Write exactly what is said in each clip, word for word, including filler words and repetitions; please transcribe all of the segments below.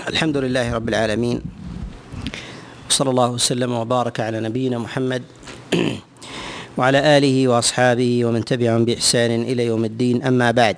الحمد لله رب العالمين، وصلى الله وسلم وبارك على نبينا محمد وعلى آله وأصحابه ومن تبعهم بإحسان إلى يوم الدين. أما بعد،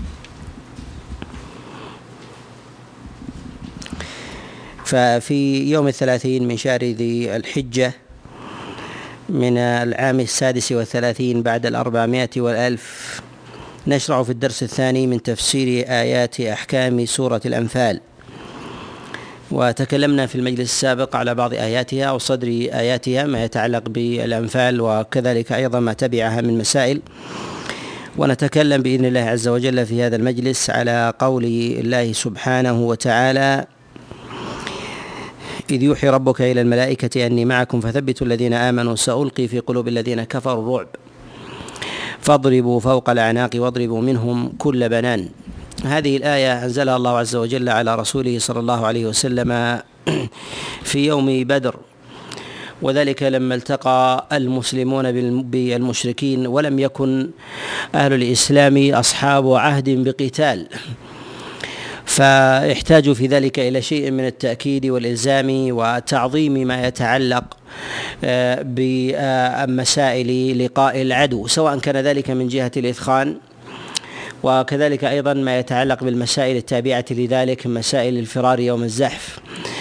ففي يوم الثلاثين من شهر ذي الحجة من العام السادس والثلاثين بعد الأربعمائة والألف نشرع في الدرس الثاني من تفسير آيات أحكام سورة الأنفال. وتكلمنا في المجلس السابق على بعض آياتها وصدر آياتها ما يتعلق بالأنفال، وكذلك أيضا ما تبعها من مسائل. ونتكلم بإذن الله عز وجل في هذا المجلس على قول الله سبحانه وتعالى: إذ يوحي ربك إلى الملائكة أني معكم فثبتوا الذين آمنوا سألقي في قلوب الذين كفروا الرعب فاضربوا فوق الأعناق واضربوا منهم كل بنان. هذه الآية أنزلها الله عز وجل على رسوله صلى الله عليه وسلم في يوم بدر، وذلك لما التقى المسلمون بالمشركين ولم يكن أهل الإسلام أصحاب عهد بقتال، فاحتاجوا في ذلك إلى شيء من التأكيد والإلزام وتعظيم ما يتعلق بمسائل لقاء العدو، سواء كان ذلك من جهة الإثخان، وكذلك أيضا ما يتعلق بالمسائل التابعة لذلك، مسائل الفرار يوم الزحف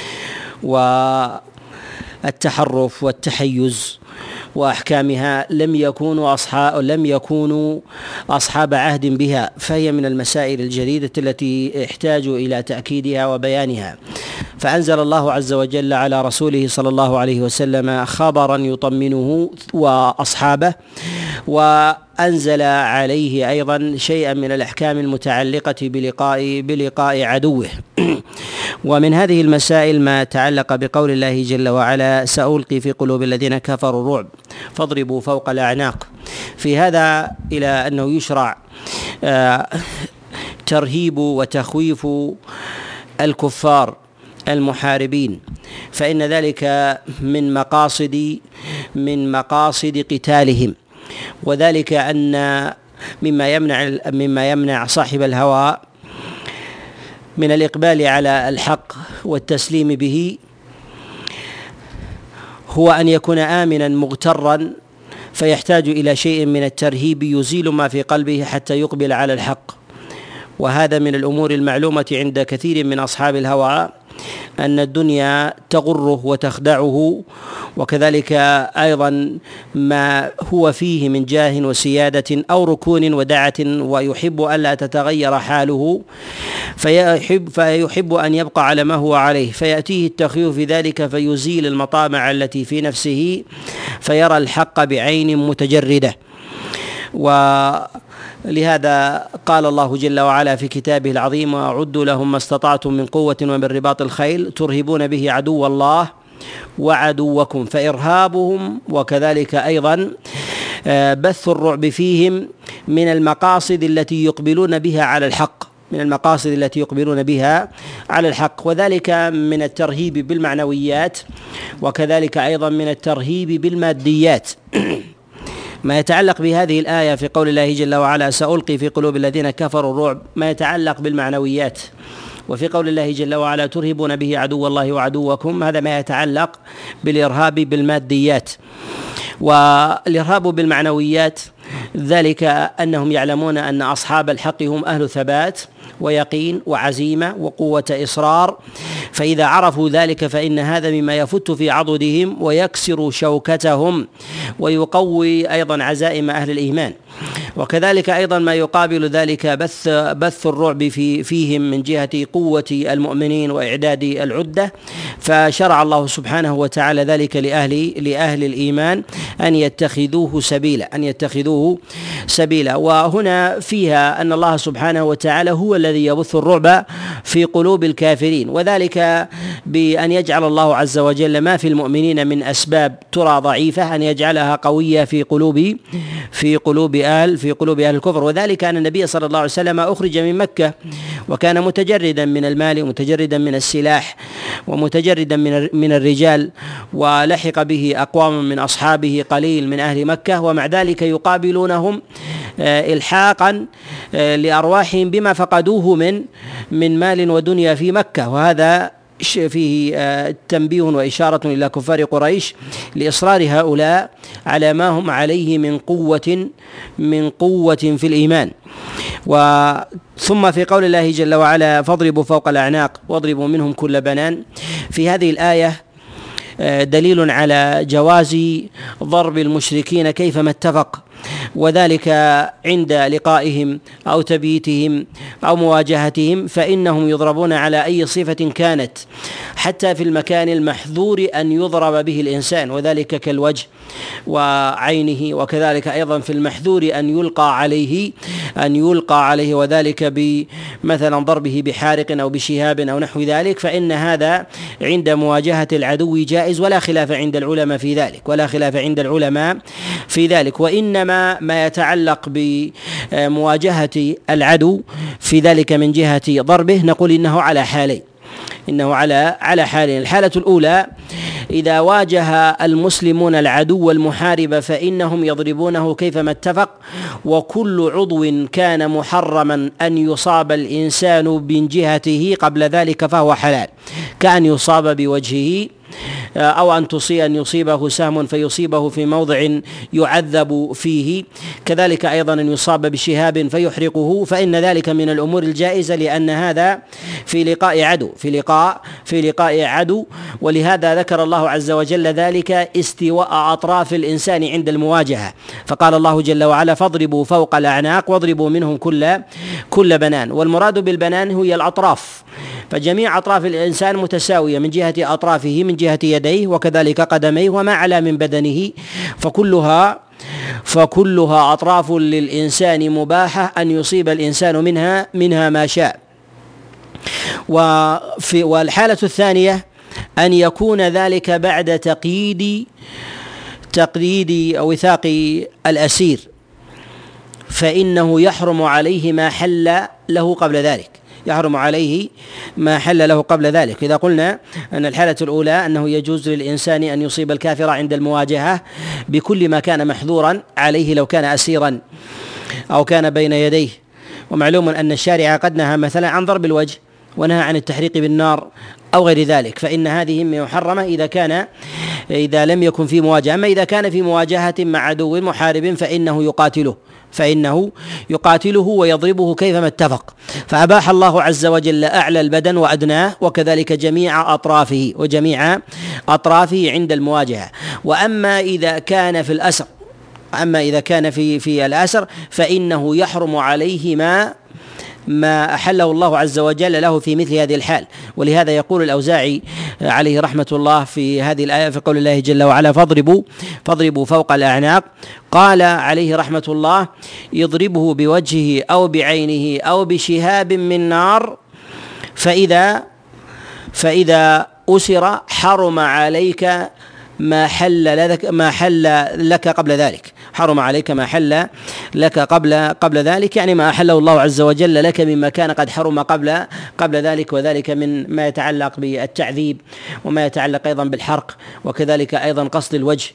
والتحرف والتحيز وأحكامها. لم يكونوا أصحاب لم يكونوا أصحاب عهد بها، فهي من المسائل الجديدة التي احتاجوا إلى تأكيدها وبيانها. فأنزل الله عز وجل على رسوله صلى الله عليه وسلم خبرا يطمنه وأصحابه، وأنزل عليه أيضا شيئا من الأحكام المتعلقة بلقاء بلقاء عدوه. ومن هذه المسائل ما تعلق بقول الله جل وعلا: سألقي في قلوب الذين كفروا الرعب فاضربوا فوق الأعناق. في هذا إلى أنه يشرع ترهيب وتخويف الكفار المحاربين، فإن ذلك من مقاصد من مقاصد قتالهم، وذلك أن مما يمنع مما يمنع صاحب الهوى من الإقبال على الحق والتسليم به هو أن يكون آمنا مغترا، فيحتاج إلى شيء من الترهيب يزيل ما في قلبه حتى يقبل على الحق. وهذا من الأمور المعلومة عند كثير من أصحاب الهوى، أن الدنيا تغره وتخدعه، وكذلك أيضا ما هو فيه من جاه وسيادة أو ركون ودعة، ويحب ألا تتغير حاله، فيحب, فيحب أن يبقى على ما هو عليه، فيأتيه التخويف في ذلك فيزيل المطامع التي في نفسه، فيرى الحق بعين متجردة. ولهذا قال الله جل وعلا في كتابه العظيم: وأعدوا لهم ما استطعتم من قوة ومن رباط الخيل ترهبون به عدو الله وعدوكم. فإرهابهم وكذلك أيضا بث الرعب فيهم من المقاصد التي يقبلون بها على الحق من المقاصد التي يقبلون بها على الحق وذلك من الترهيب بالمعنويات، وكذلك أيضا من الترهيب بالماديات. ما يتعلق بهذه الآية في قول الله جل وعلا: سألقي في قلوب الذين كفروا الرعب، ما يتعلق بالمعنويات، وفي قول الله جل وعلا: ترهبون به عدو الله وعدوكم، هذا ما يتعلق بالإرهاب بالماديات. والإرهاب بالمعنويات ذلك أنهم يعلمون أن أصحاب الحق هم أهل ثبات ويقين وعزيمة وقوة إصرار، فإذا عرفوا ذلك فإن هذا مما يفت في عضدهم ويكسر شوكتهم ويقوي أيضا عزائم أهل الإيمان. وكذلك أيضا ما يقابل ذلك بث بث الرعب في فيهم من جهة قوة المؤمنين وإعداد العدة، فشرع الله سبحانه وتعالى ذلك لأهل لأهل الإيمان أن يتخذوه سبيلا أن يتخذوه سبيلا. وهنا فيها أن الله سبحانه وتعالى هو الذي يبث الرعب في قلوب الكافرين، وذلك بأن يجعل الله عز وجل ما في المؤمنين من أسباب ترى ضعيفة أن يجعلها قوية في قلوب في قلوب أهل في قلوب أهل الكفر. وذلك أن النبي صلى الله عليه وسلم أخرج من مكة وكان متجردا من المال ومتجردا من السلاح ومتجردا من من الرجال، ولحق به أقوام من أصحابه قليل من أهل مكة، ومع ذلك يقابلونهم إلحاقا لأرواحهم بما فقدوه من من مال ودنيا في مكة. وهذا فيه تنبيه وإشارة إلى كفار قريش لإصرار هؤلاء على ما هم عليه من قوة من قوة في الإيمان. ثم في قول الله جل وعلا فاضربوا فوق الأعناق واضربوا منهم كل بنان، في هذه الآية دليل على جواز ضرب المشركين كيفما اتفق، وذلك عند لقائهم أو تبييتهم أو مواجهتهم، فإنهم يضربون على أي صفة كانت، حتى في المكان المحذور أن يضرب به الإنسان، وذلك كالوجه وعينه، وكذلك أيضا في المحذور أن يلقى عليه أن يلقى عليه وذلك بمثلا ضربه بحارق أو بشهاب أو نحو ذلك، فإن هذا عند مواجهة العدو جائز، ولا خلاف عند العلماء في ذلك ولا خلاف عند العلماء في ذلك وإنما ما يتعلق بمواجهة العدو في ذلك من جهة ضربه نقول إنه على حالين إنه على على حالين. الحالة الأولى إذا واجه المسلمون العدو المحارب فإنهم يضربونه كيفما اتفق، وكل عضو كان محرما أن يصاب الإنسان من جهته قبل ذلك فهو حلال، كأن يصاب بوجهه أو أن تصيب أن يصيبه سهم فيصيبه في موضع يعذب فيه، كذلك أيضا أن يصاب بشهاب فيحرقه، فإن ذلك من الأمور الجائزة، لأن هذا في لقاء عدو في لقاء في لقاء عدو ولهذا ذكر الله عز وجل ذلك استواء أطراف الإنسان عند المواجهة، فقال الله جل وعلا فاضربوا فوق الأعناق واضربوا منهم كل كل بنان. والمراد بالبنان هي الأطراف، فجميع أطراف الإنسان متساوية من جهة أطرافه من جهة يديه وكذلك قدميه وما علا من بدنه، فكلها فكلها أطراف للإنسان مباحة أن يصيب الإنسان منها منها ما شاء. وفي والحالة الثانية أن يكون ذلك بعد تقييد تقييد أو وثاق الأسير، فإنه يحرم عليه ما حل له قبل ذلك يحرم عليه ما حل له قبل ذلك. إذا قلنا أن الحالة الأولى أنه يجوز للإنسان أن يصيب الكافر عند المواجهة بكل ما كان محظورا عليه لو كان أسيرا أو كان بين يديه، ومعلوم أن الشارع قد نهى مثلا عن ضرب الوجه ونهى عن التحريق بالنار أو غير ذلك، فإن هذه محرمة إذا كان إذا لم يكن في مواجهة. أما إذا كان في مواجهة مع عدو محارب فإنه يقاتله فإنه يقاتله ويضربه كيفما اتفق، فأباح الله عز وجل أعلى البدن وأدناه وكذلك جميع أطرافه وجميع أطرافه عند المواجهة. وأما إذا كان في الأسر أما إذا كان في في الأسر فإنه يحرم عليه ما ما أحله الله عز وجل له في مثل هذه الحال. ولهذا يقول الأوزاعي عليه رحمة الله في هذه الآية في قول الله جل وعلا فاضربوا فاضربوا فوق الأعناق، قال عليه رحمة الله يضربه بوجهه أو بعينه أو بشهاب من نار، فإذا فإذا أسر حرم عليك ما حل لك ما حل لك قبل ذلك حرم عليك ما حل لك قبل قبل ذلك يعني ما أحله الله عز وجل لك مما كان قد حرم قبل قبل ذلك، وذلك من ما يتعلق بالتعذيب وما يتعلق أيضا بالحرق، وكذلك أيضا قصد الوجه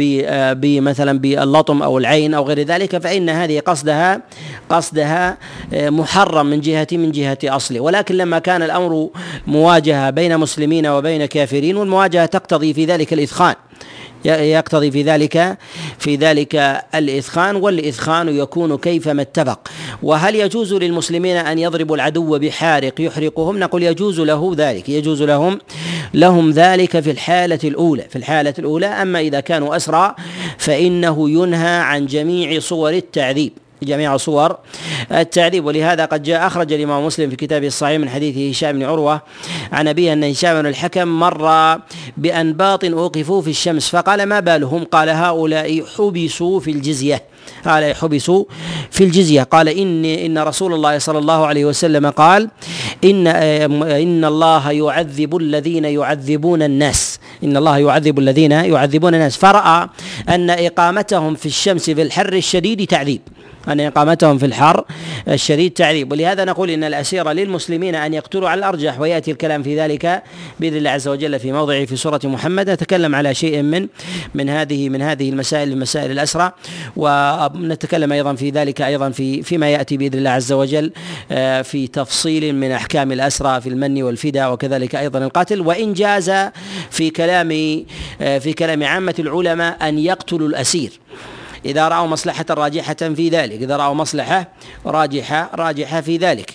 بمثلا باللطم أو العين أو غير ذلك، فإن هذه قصدها قصدها محرم من جهة من جهة أصله. ولكن لما كان الأمر مواجهة بين مسلمين وبين كافرين، والمواجهة تقتضي في ذلك الإثخان يقتضي في ذلك في ذلك الإثخان، والإثخان يكون كيفما اتفق. وهل يجوز للمسلمين أن يضربوا العدو بحارق يحرقهم؟ نقول يجوز له ذلك يجوز لهم لهم ذلك في الحالة الأولى في الحالة الأولى أما إذا كانوا أسرى فإنه ينهى عن جميع صور التعذيب جميع صور التعذيب. ولهذا قد جاء أخرج الإمام مسلم في كتابه الصحيح من حديث هشام بن عروة عن أبيه أن هشام بن الحكم مر بأنباط أوقفوا في الشمس فقال ما بالهم؟ قال هؤلاء حبسوا في الجزية قال حبسوا في الجزية قال إن إن رسول الله صلى الله عليه وسلم قال إن إن الله يعذب الذين يعذبون الناس إن الله يعذب الذين يعذبون الناس فرأى أن إقامتهم في الشمس في الحر الشديد تعذيب أن إقامتهم في الحر الشديد تعذيب. ولهذا نقول إن الأسير للمسلمين أن يقتلوا على الأرجح، ويأتي الكلام في ذلك بإذن الله عز وجل في موضعه في سورة محمد. نتكلم على شيء من من هذه من هذه المسائل مسائل الأسرى، ونتكلم أيضا في ذلك أيضا في فيما يأتي بإذن الله عز وجل في تفصيل من أحكام الأسرى في المن والفداء، وكذلك أيضا القتل. وإن جاز في كلام في كلام عامة العلماء أن يقتلوا الأسير إذا رأوا مصلحة راجحة في ذلك، إذا رأوا مصلحة راجحة راجحة في ذلك.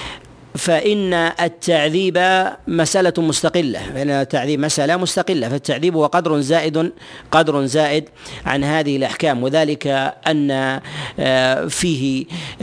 فإن التعذيب مسألة مستقلة، فإن التعذيب مسألة مستقلة، فالتعذيب هو قدر زائد قدر زائد عن هذه الأحكام، وذلك أن فيه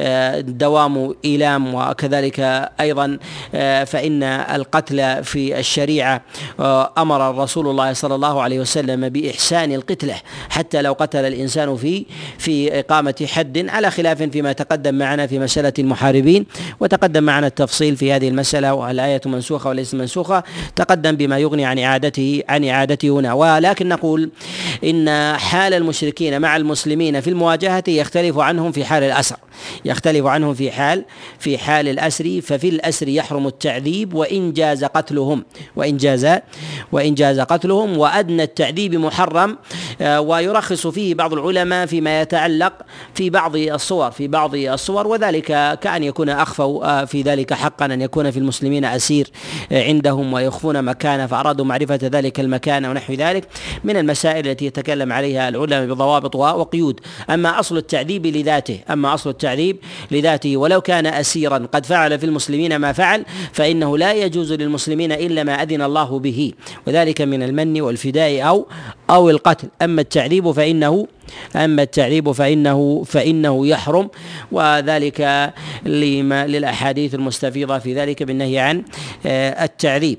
دوام إيلام، وكذلك أيضا فإن القتل في الشريعة أمر الرسول الله صلى الله عليه وسلم بإحسان القتلة حتى لو قتل الإنسان في في إقامة حد، على خلاف فيما تقدم معنا في مسألة المحاربين، وتقدم معنا التفصيل في هذه المسألة، وهل الآية منسوخة وليست منسوخة، تقدم بما يغني عن إعادته عن إعادته هنا. ولكن نقول إن حال المشركين مع المسلمين في المواجهة يختلف عنهم في حال الأسر، يختلف عنهم في حال في حال الأسر. ففي الأسر يحرم التعذيب وإن جاز قتلهم وإن جاز وإن جاز قتلهم وأدنى التعذيب محرم، ويرخص فيه بعض العلماء فيما يتعلق في بعض الصور في بعض الصور وذلك كأن يكون أخفوا في ذلك حقا أن يكون في المسلمين أسير عندهم ويخفون مكانه، فأرادوا معرفة ذلك المكان ونحو ذلك من المسائل التي يتكلم عليها العلماء بضوابط وقيود. أما أصل التعذيب لذاته أما أصل التعذيب لذاته ولو كان أسيرا قد فعل في المسلمين ما فعل، فإنه لا يجوز للمسلمين إلا ما أذن الله به، وذلك من المن والفداء أو أو القتل. أما التعذيب فإنه أما التعذيب فإنه فإنه يحرم، وذلك لما للأحاديث المستفيضة في ذلك بالنهي عن التعذيب.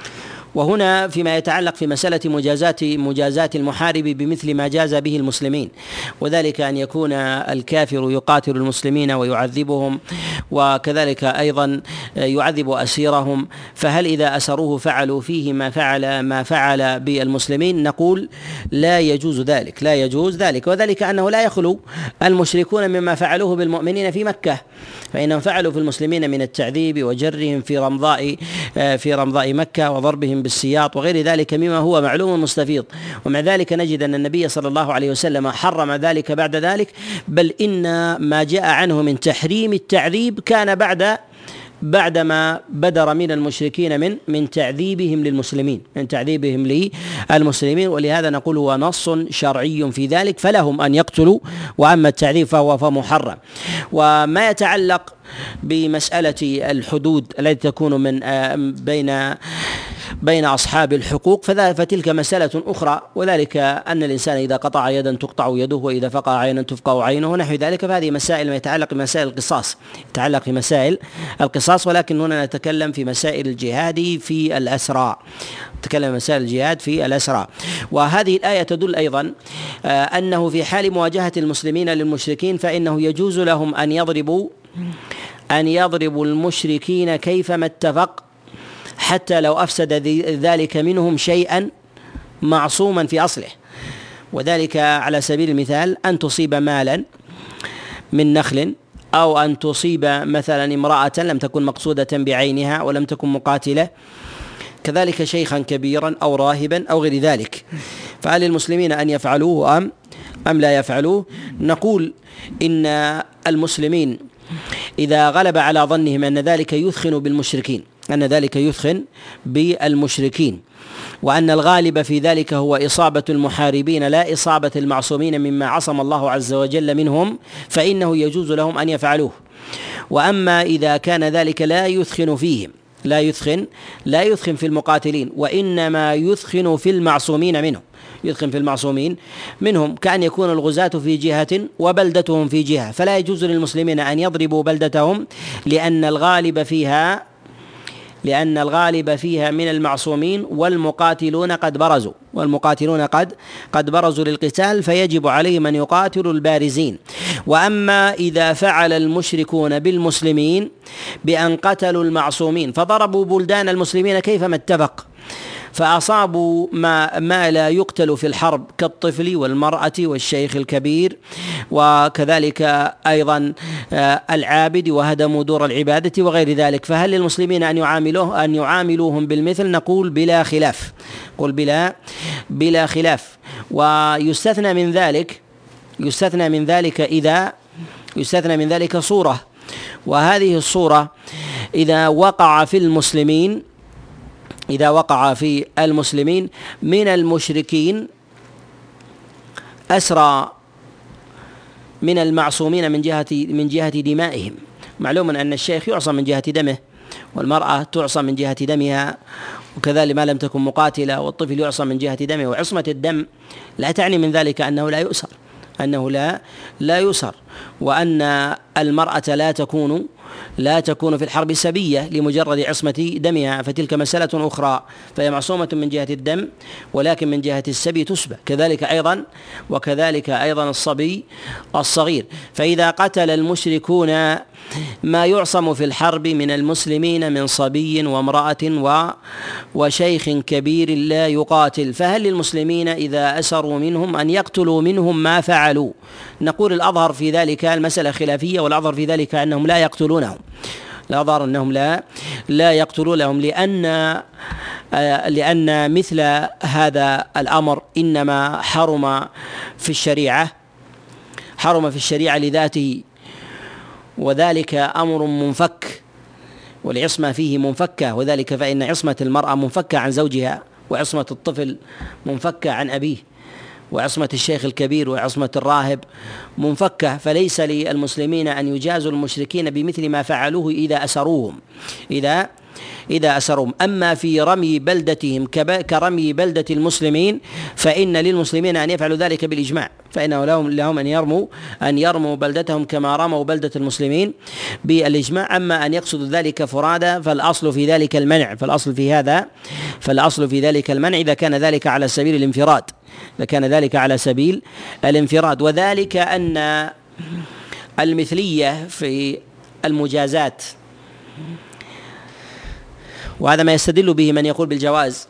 وهنا فيما يتعلق في مسألة مجازات مجازات المحارب بمثل ما جاز به المسلمين، وذلك أن يكون الكافر يقاتل المسلمين ويعذبهم، وكذلك أيضا يعذب أسيرهم، فهل إذا أسروه فعلوا فيه ما فعل ما فعل بالمسلمين؟ نقول لا يجوز ذلك لا يجوز ذلك وذلك أنه لا يخلو المشركون مما فعلوه بالمؤمنين في مكة، فإنهم فعلوا في المسلمين من التعذيب وجرهم في رمضاء في رمضاء مكة وضربهم بالسياط وغير ذلك مما هو معلوم مستفيض. ومع ذلك نجد أن النبي صلى الله عليه وسلم حرم ذلك بعد ذلك، بل إن ما جاء عنه من تحريم التعذيب كان بعد بعدما بدر من المشركين من من تعذيبهم للمسلمين من تعذيبهم للمسلمين ولهذا نقول هو نص شرعي في ذلك، فلهم أن يقتلوا، وأما التعذيب فهو فمحرم. وما يتعلق بمسألة الحدود التي تكون من بين بين أصحاب الحقوق فتلك مسألة أخرى، وذلك أن الإنسان إذا قطع يدا تقطع يده، وإذا فقع عينا تفقع عينه ونحو ذلك، فهذه مسائل ما يتعلق بمسائل القصاص يتعلق بمسائل القصاص ولكن هنا نتكلم في مسائل الجهاد في الأسرى نتكلم مسائل الجهاد في الأسرى. وهذه الآية تدل أيضا أنه في حال مواجهة المسلمين للمشركين فإنه يجوز لهم أن يضربوا أن يضربوا المشركين كيفما اتفق، حتى لو أفسد ذلك منهم شيئا معصوما في أصله، وذلك على سبيل المثال أن تصيب مالا من نخل، أو أن تصيب مثلا امرأة لم تكن مقصودة بعينها ولم تكن مقاتلة، كذلك شيخا كبيرا أو راهبا أو غير ذلك. فهل للمسلمين أن يفعلوه أم أم لا يفعلوه؟ نقول إن المسلمين إذا غلب على ظنهم أن ذلك يثخن بالمشركين أن ذلك يثخن بالمشركين وأن الغالب في ذلك هو إصابة المحاربين لا إصابة المعصومين مما عصم الله عز وجل منهم، فإنه يجوز لهم أن يفعلوه. وأما إذا كان ذلك لا يثخن فيهم لا يثخن لا يثخن في المقاتلين، وإنما يثخن في المعصومين منهم يثخن في المعصومين منهم كأن يكون الغزاة في جهة وبلدتهم في جهة، فلا يجوز للمسلمين أن يضربوا بلدتهم لأن الغالب فيها لأن الغالب فيها من المعصومين، والمقاتلون قد برزوا والمقاتلون قد قد برزوا للقتال، فيجب عليهم أن يقاتلوا البارزين. وأما إذا فعل المشركون بالمسلمين بأن قتلوا المعصومين فضربوا بلدان المسلمين كيفما اتفق فأصابوا ما, ما لا يقتل في الحرب كالطفل والمرأة والشيخ الكبير، وكذلك أيضا العابد، وهدموا دور العبادة وغير ذلك. فهل للمسلمين أن يعاملوه أن يعاملوهم بالمثل؟ نقول بلا خلاف، قل بلا بلا خلاف. ويستثنى من ذلك يستثنى من ذلك إذا يستثنى من ذلك صورة، وهذه الصورة إذا وقع في المسلمين إذا وقع في المسلمين من المشركين أسرى من المعصومين من جهة من جهة دمائهم. معلوم أن الشيخ يعصى من جهة دمه، والمرأة تعصى من جهة دمها، وكذلك ما لم تكن مقاتلة، والطفل يعصى من جهة دمه. وعصمة الدم لا تعني من ذلك أنه لا يؤسر أنه لا لا يؤسر وأن المرأة لا تكون لا تكون في الحرب سبية لمجرد عصمة دمها، فتلك مسألة أخرى، فهي معصومة من جهة الدم، ولكن من جهة السبي تسبى. كذلك أيضا وكذلك أيضا الصبي الصغير. فإذا قتل المشركون ما يعصم في الحرب من المسلمين من صبي وامرأة وشيخ كبير لا يقاتل، فهل للمسلمين إذا أسروا منهم أن يقتلوا منهم ما فعلوا؟ نقول الأظهر في ذلك المسألة خلافية، والأظهر في ذلك أنهم لا يقتلونهم الأظهر أنهم لا لا يقتلونهم لأن لأن مثل هذا الأمر إنما حرم في الشريعة حرم في الشريعة لذاته، وذلك أمر منفك، والعصمة فيه منفكة، وذلك فإن عصمة المرأة منفكة عن زوجها، وعصمة الطفل منفكة عن أبيه، وعصمة الشيخ الكبير وعصمة الراهب منفكة. فليس للمسلمين أن يجازوا المشركين بمثل ما فعلوه إذا أسروهم إذا إذا أسروهم. أما في رمي بلدتهم كرمي بلدة المسلمين فإن للمسلمين أن يفعلوا ذلك بالإجماع، فإنه لهم, لهم أن يرموا أن يرموا بلدتهم كما رموا بلدة المسلمين بالإجماع. أما أن يقصدوا ذلك فرادى فالأصل في ذلك المنع فالأصل في هذا فالأصل في ذلك المنع إذا كان ذلك على سبيل الانفراد إذا كان ذلك على سبيل الانفراد وذلك أن المثلية في المجازات، وهذا ما يستدل به من يقول بالجواز،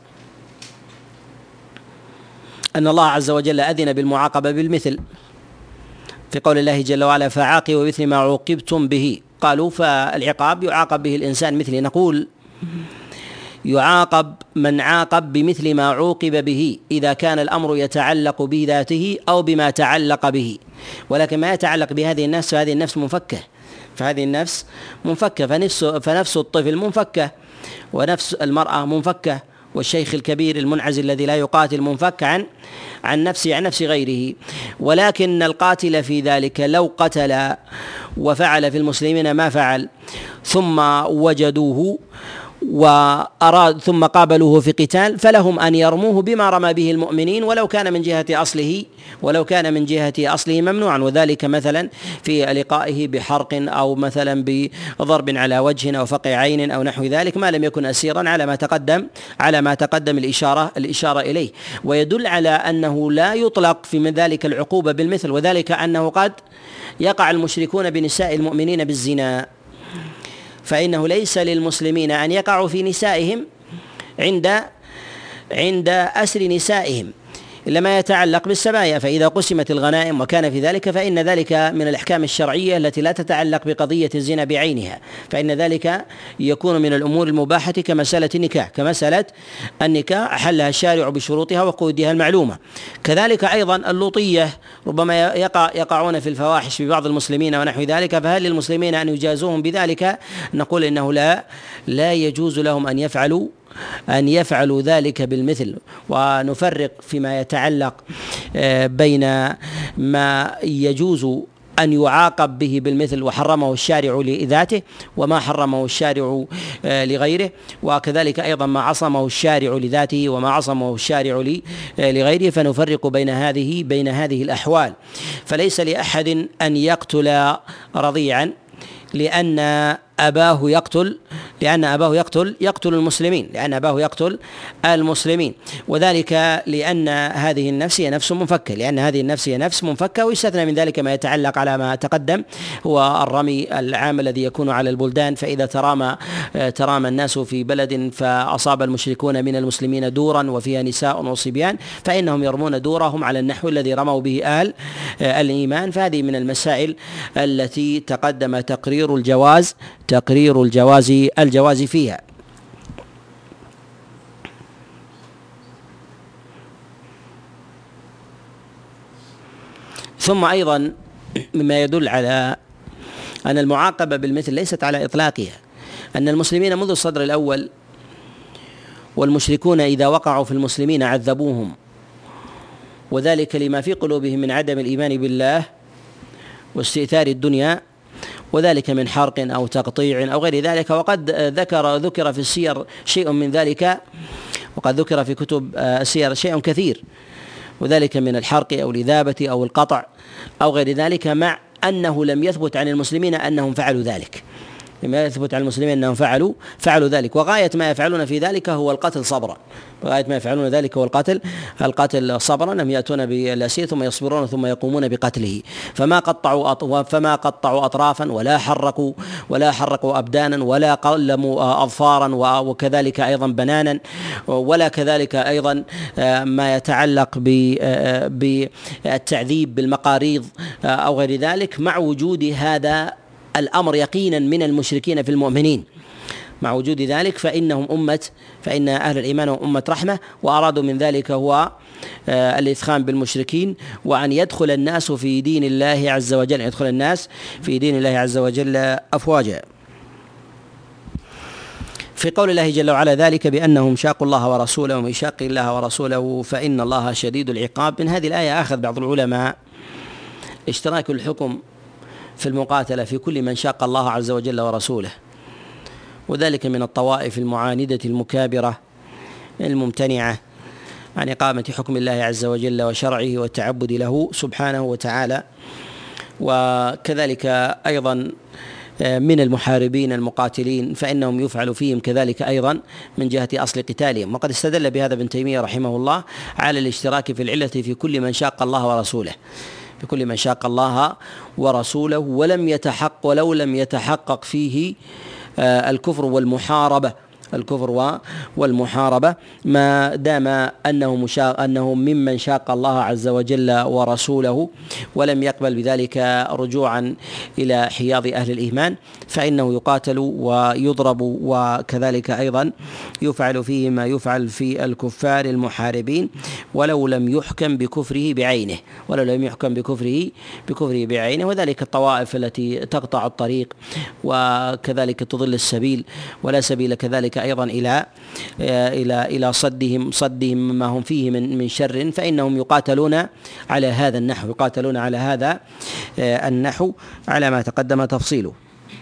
أن الله عز وجل أذن بالمعاقبة بالمثل في قول الله جل وعلا فعاقبوا بمثل ما عوقبتم به. قالوا فالعقاب يعاقب به الإنسان مثل، نقول يعاقب من عاقب بمثل ما عوقب به إذا كان الأمر يتعلق بذاته أو بما تعلق به، ولكن ما يتعلق بهذه النفس فهذه النفس منفكة فهذه النفس منفكة فنفس, فنفس الطفل منفكة، ونفس المرأة منفكة، والشيخ الكبير المنعزل الذي لا يقاتل منفك عن عن نفسه عن نفس غيره. ولكن القاتل في ذلك لو قتل وفعل في المسلمين ما فعل ثم وجدوه وأراد ثم قابلوه في قتال فلهم أن يرموه بما رمى به المؤمنين ولو كان من جهة أصله ولو كان من جهة أصله ممنوعا، وذلك مثلا في لقائه بحرق أو مثلا بضرب على وجه أو فقع عين أو نحو ذلك ما لم يكن أسيرا على ما تقدم على ما تقدم الإشارة الإشارة إليه. ويدل على أنه لا يطلق في من ذلك العقوبة بالمثل، وذلك أنه قد يقع المشركون بنساء المؤمنين بالزنا، فإنه ليس للمسلمين أن يقعوا في نسائهم عند عند أسر نسائهم إلا ما يتعلق بالسبايا، فإذا قسمت الغنائم وكان في ذلك فإن ذلك من الأحكام الشرعية التي لا تتعلق بقضية الزنا بعينها، فإن ذلك يكون من الأمور المباحة كمسألة النكاح كمسألة النكاح أحلها الشارع بشروطها وقيودها المعلومة. كذلك أيضا اللوطية ربما يقع يقعون في الفواحش في بعض المسلمين ونحو ذلك، فهل للمسلمين أن يجازوهم بذلك؟ نقول إنه لا لا يجوز لهم أن يفعلوا أن يفعلوا ذلك بالمثل. ونفرق فيما يتعلق بين ما يجوز أن يعاقب به بالمثل وحرمه الشارع لذاته وما حرمه الشارع لغيره، وكذلك أيضا ما عصمه الشارع لذاته وما عصمه الشارع لغيره، فنفرق بين هذه بين هذه الأحوال. فليس لأحد أن يقتل رضيعا، لأن أباه يقتل لأن أباه يقتل يقتل المسلمين لأن أباه يقتل المسلمين، وذلك لأن هذه النفس هي نفس منفكة لأن هذه النفس هي نفس منفكة. ويستثنى من ذلك ما يتعلق على ما تقدم هو الرمي العام الذي يكون على البلدان، فإذا ترامى ترامى الناس في بلد فأصاب المشركون من المسلمين دورا وفيها نساء وصبيان فإنهم يرمون دورهم على النحو الذي رموا به أهل الإيمان. فهذه من المسائل التي تقدم تقرير الجواز تقرير الجواز الجواز فيها. ثم أيضا مما يدل على أن المعاقبة بالمثل ليست على إطلاقها، أن المسلمين منذ الصدر الأول والمشركون إذا وقعوا في المسلمين عذبوهم، وذلك لما في قلوبهم من عدم الإيمان بالله واستئثار الدنيا، وذلك من حرق أو تقطيع أو غير ذلك. وقد ذكر ذكر في السير شيء من ذلك، وقد ذكر في كتب السير شيء كثير، وذلك من الحرق أو الإذابة أو القطع أو غير ذلك، مع أنه لم يثبت عن المسلمين أنهم فعلوا ذلك لما يثبت عن المسلمين أنهم فعلوا فعلوا ذلك. وغاية ما يفعلون في ذلك هو القتل صبرا غاية ما يفعلون ذلك هو القتل القتل صبرا لم يأتون بالأسير ثم يصبرون ثم يقومون بقتله. فما قطعوا فما قطعوا أطرافا ولا حركوا ولا حركوا أبدانا ولا قلموا أظفارا وكذلك أيضا بنانا، ولا كذلك أيضا ما يتعلق بالتعذيب بالمقاريض أو غير ذلك، مع وجود هذا الأمر يقينا من المشركين في المؤمنين. مع وجود ذلك فإنهم أمة فإن أهل الإيمان هم أمة رحمة، وأرادوا من ذلك هو الإثخان بالمشركين، وأن يدخل الناس في دين الله عز وجل يدخل الناس في دين الله عز وجل أفواجا. في قول الله جل وعلا ذلك بأنهم شاقوا الله ورسوله ومن يشاق الله ورسوله فإن الله شديد العقاب. من هذه الآية أخذ بعض العلماء اشتراك الحكم في المقاتلة في كل من شاق الله عز وجل ورسوله، وذلك من الطوائف المعاندة المكابرة الممتنعة عن إقامة حكم الله عز وجل وشرعه والتعبد له سبحانه وتعالى، وكذلك أيضا من المحاربين المقاتلين فإنهم يفعل فيهم كذلك أيضا من جهة أصل قتالهم. وقد استدل بهذا ابن تيمية رحمه الله على الاشتراك في العلة في كل من شاق الله ورسوله في كل من شاق الله ورسوله ولم يتحقق ولو لم يتحقق فيه الكفر والمحاربة الكفر والمحاربة ما دام أنه مشاق أنه ممن شاق الله عز وجل ورسوله ولم يقبل بذلك رجوعا إلى حياض أهل الإيمان، فإنه يقاتل ويضرب، وكذلك أيضا يفعل فيه ما يفعل في الكفار المحاربين ولو لم يحكم بكفره بعينه ولو لم يحكم بكفره بكفره بعينه. وذلك الطوائف التي تقطع الطريق وكذلك تضل السبيل، ولا سبيل كذلك أيضا إلى إلى إلى صدهم صدهم مما هم فيه من من شر، فإنهم يقاتلون على هذا النحو يقاتلون على هذا النحو على ما تقدم تفصيله.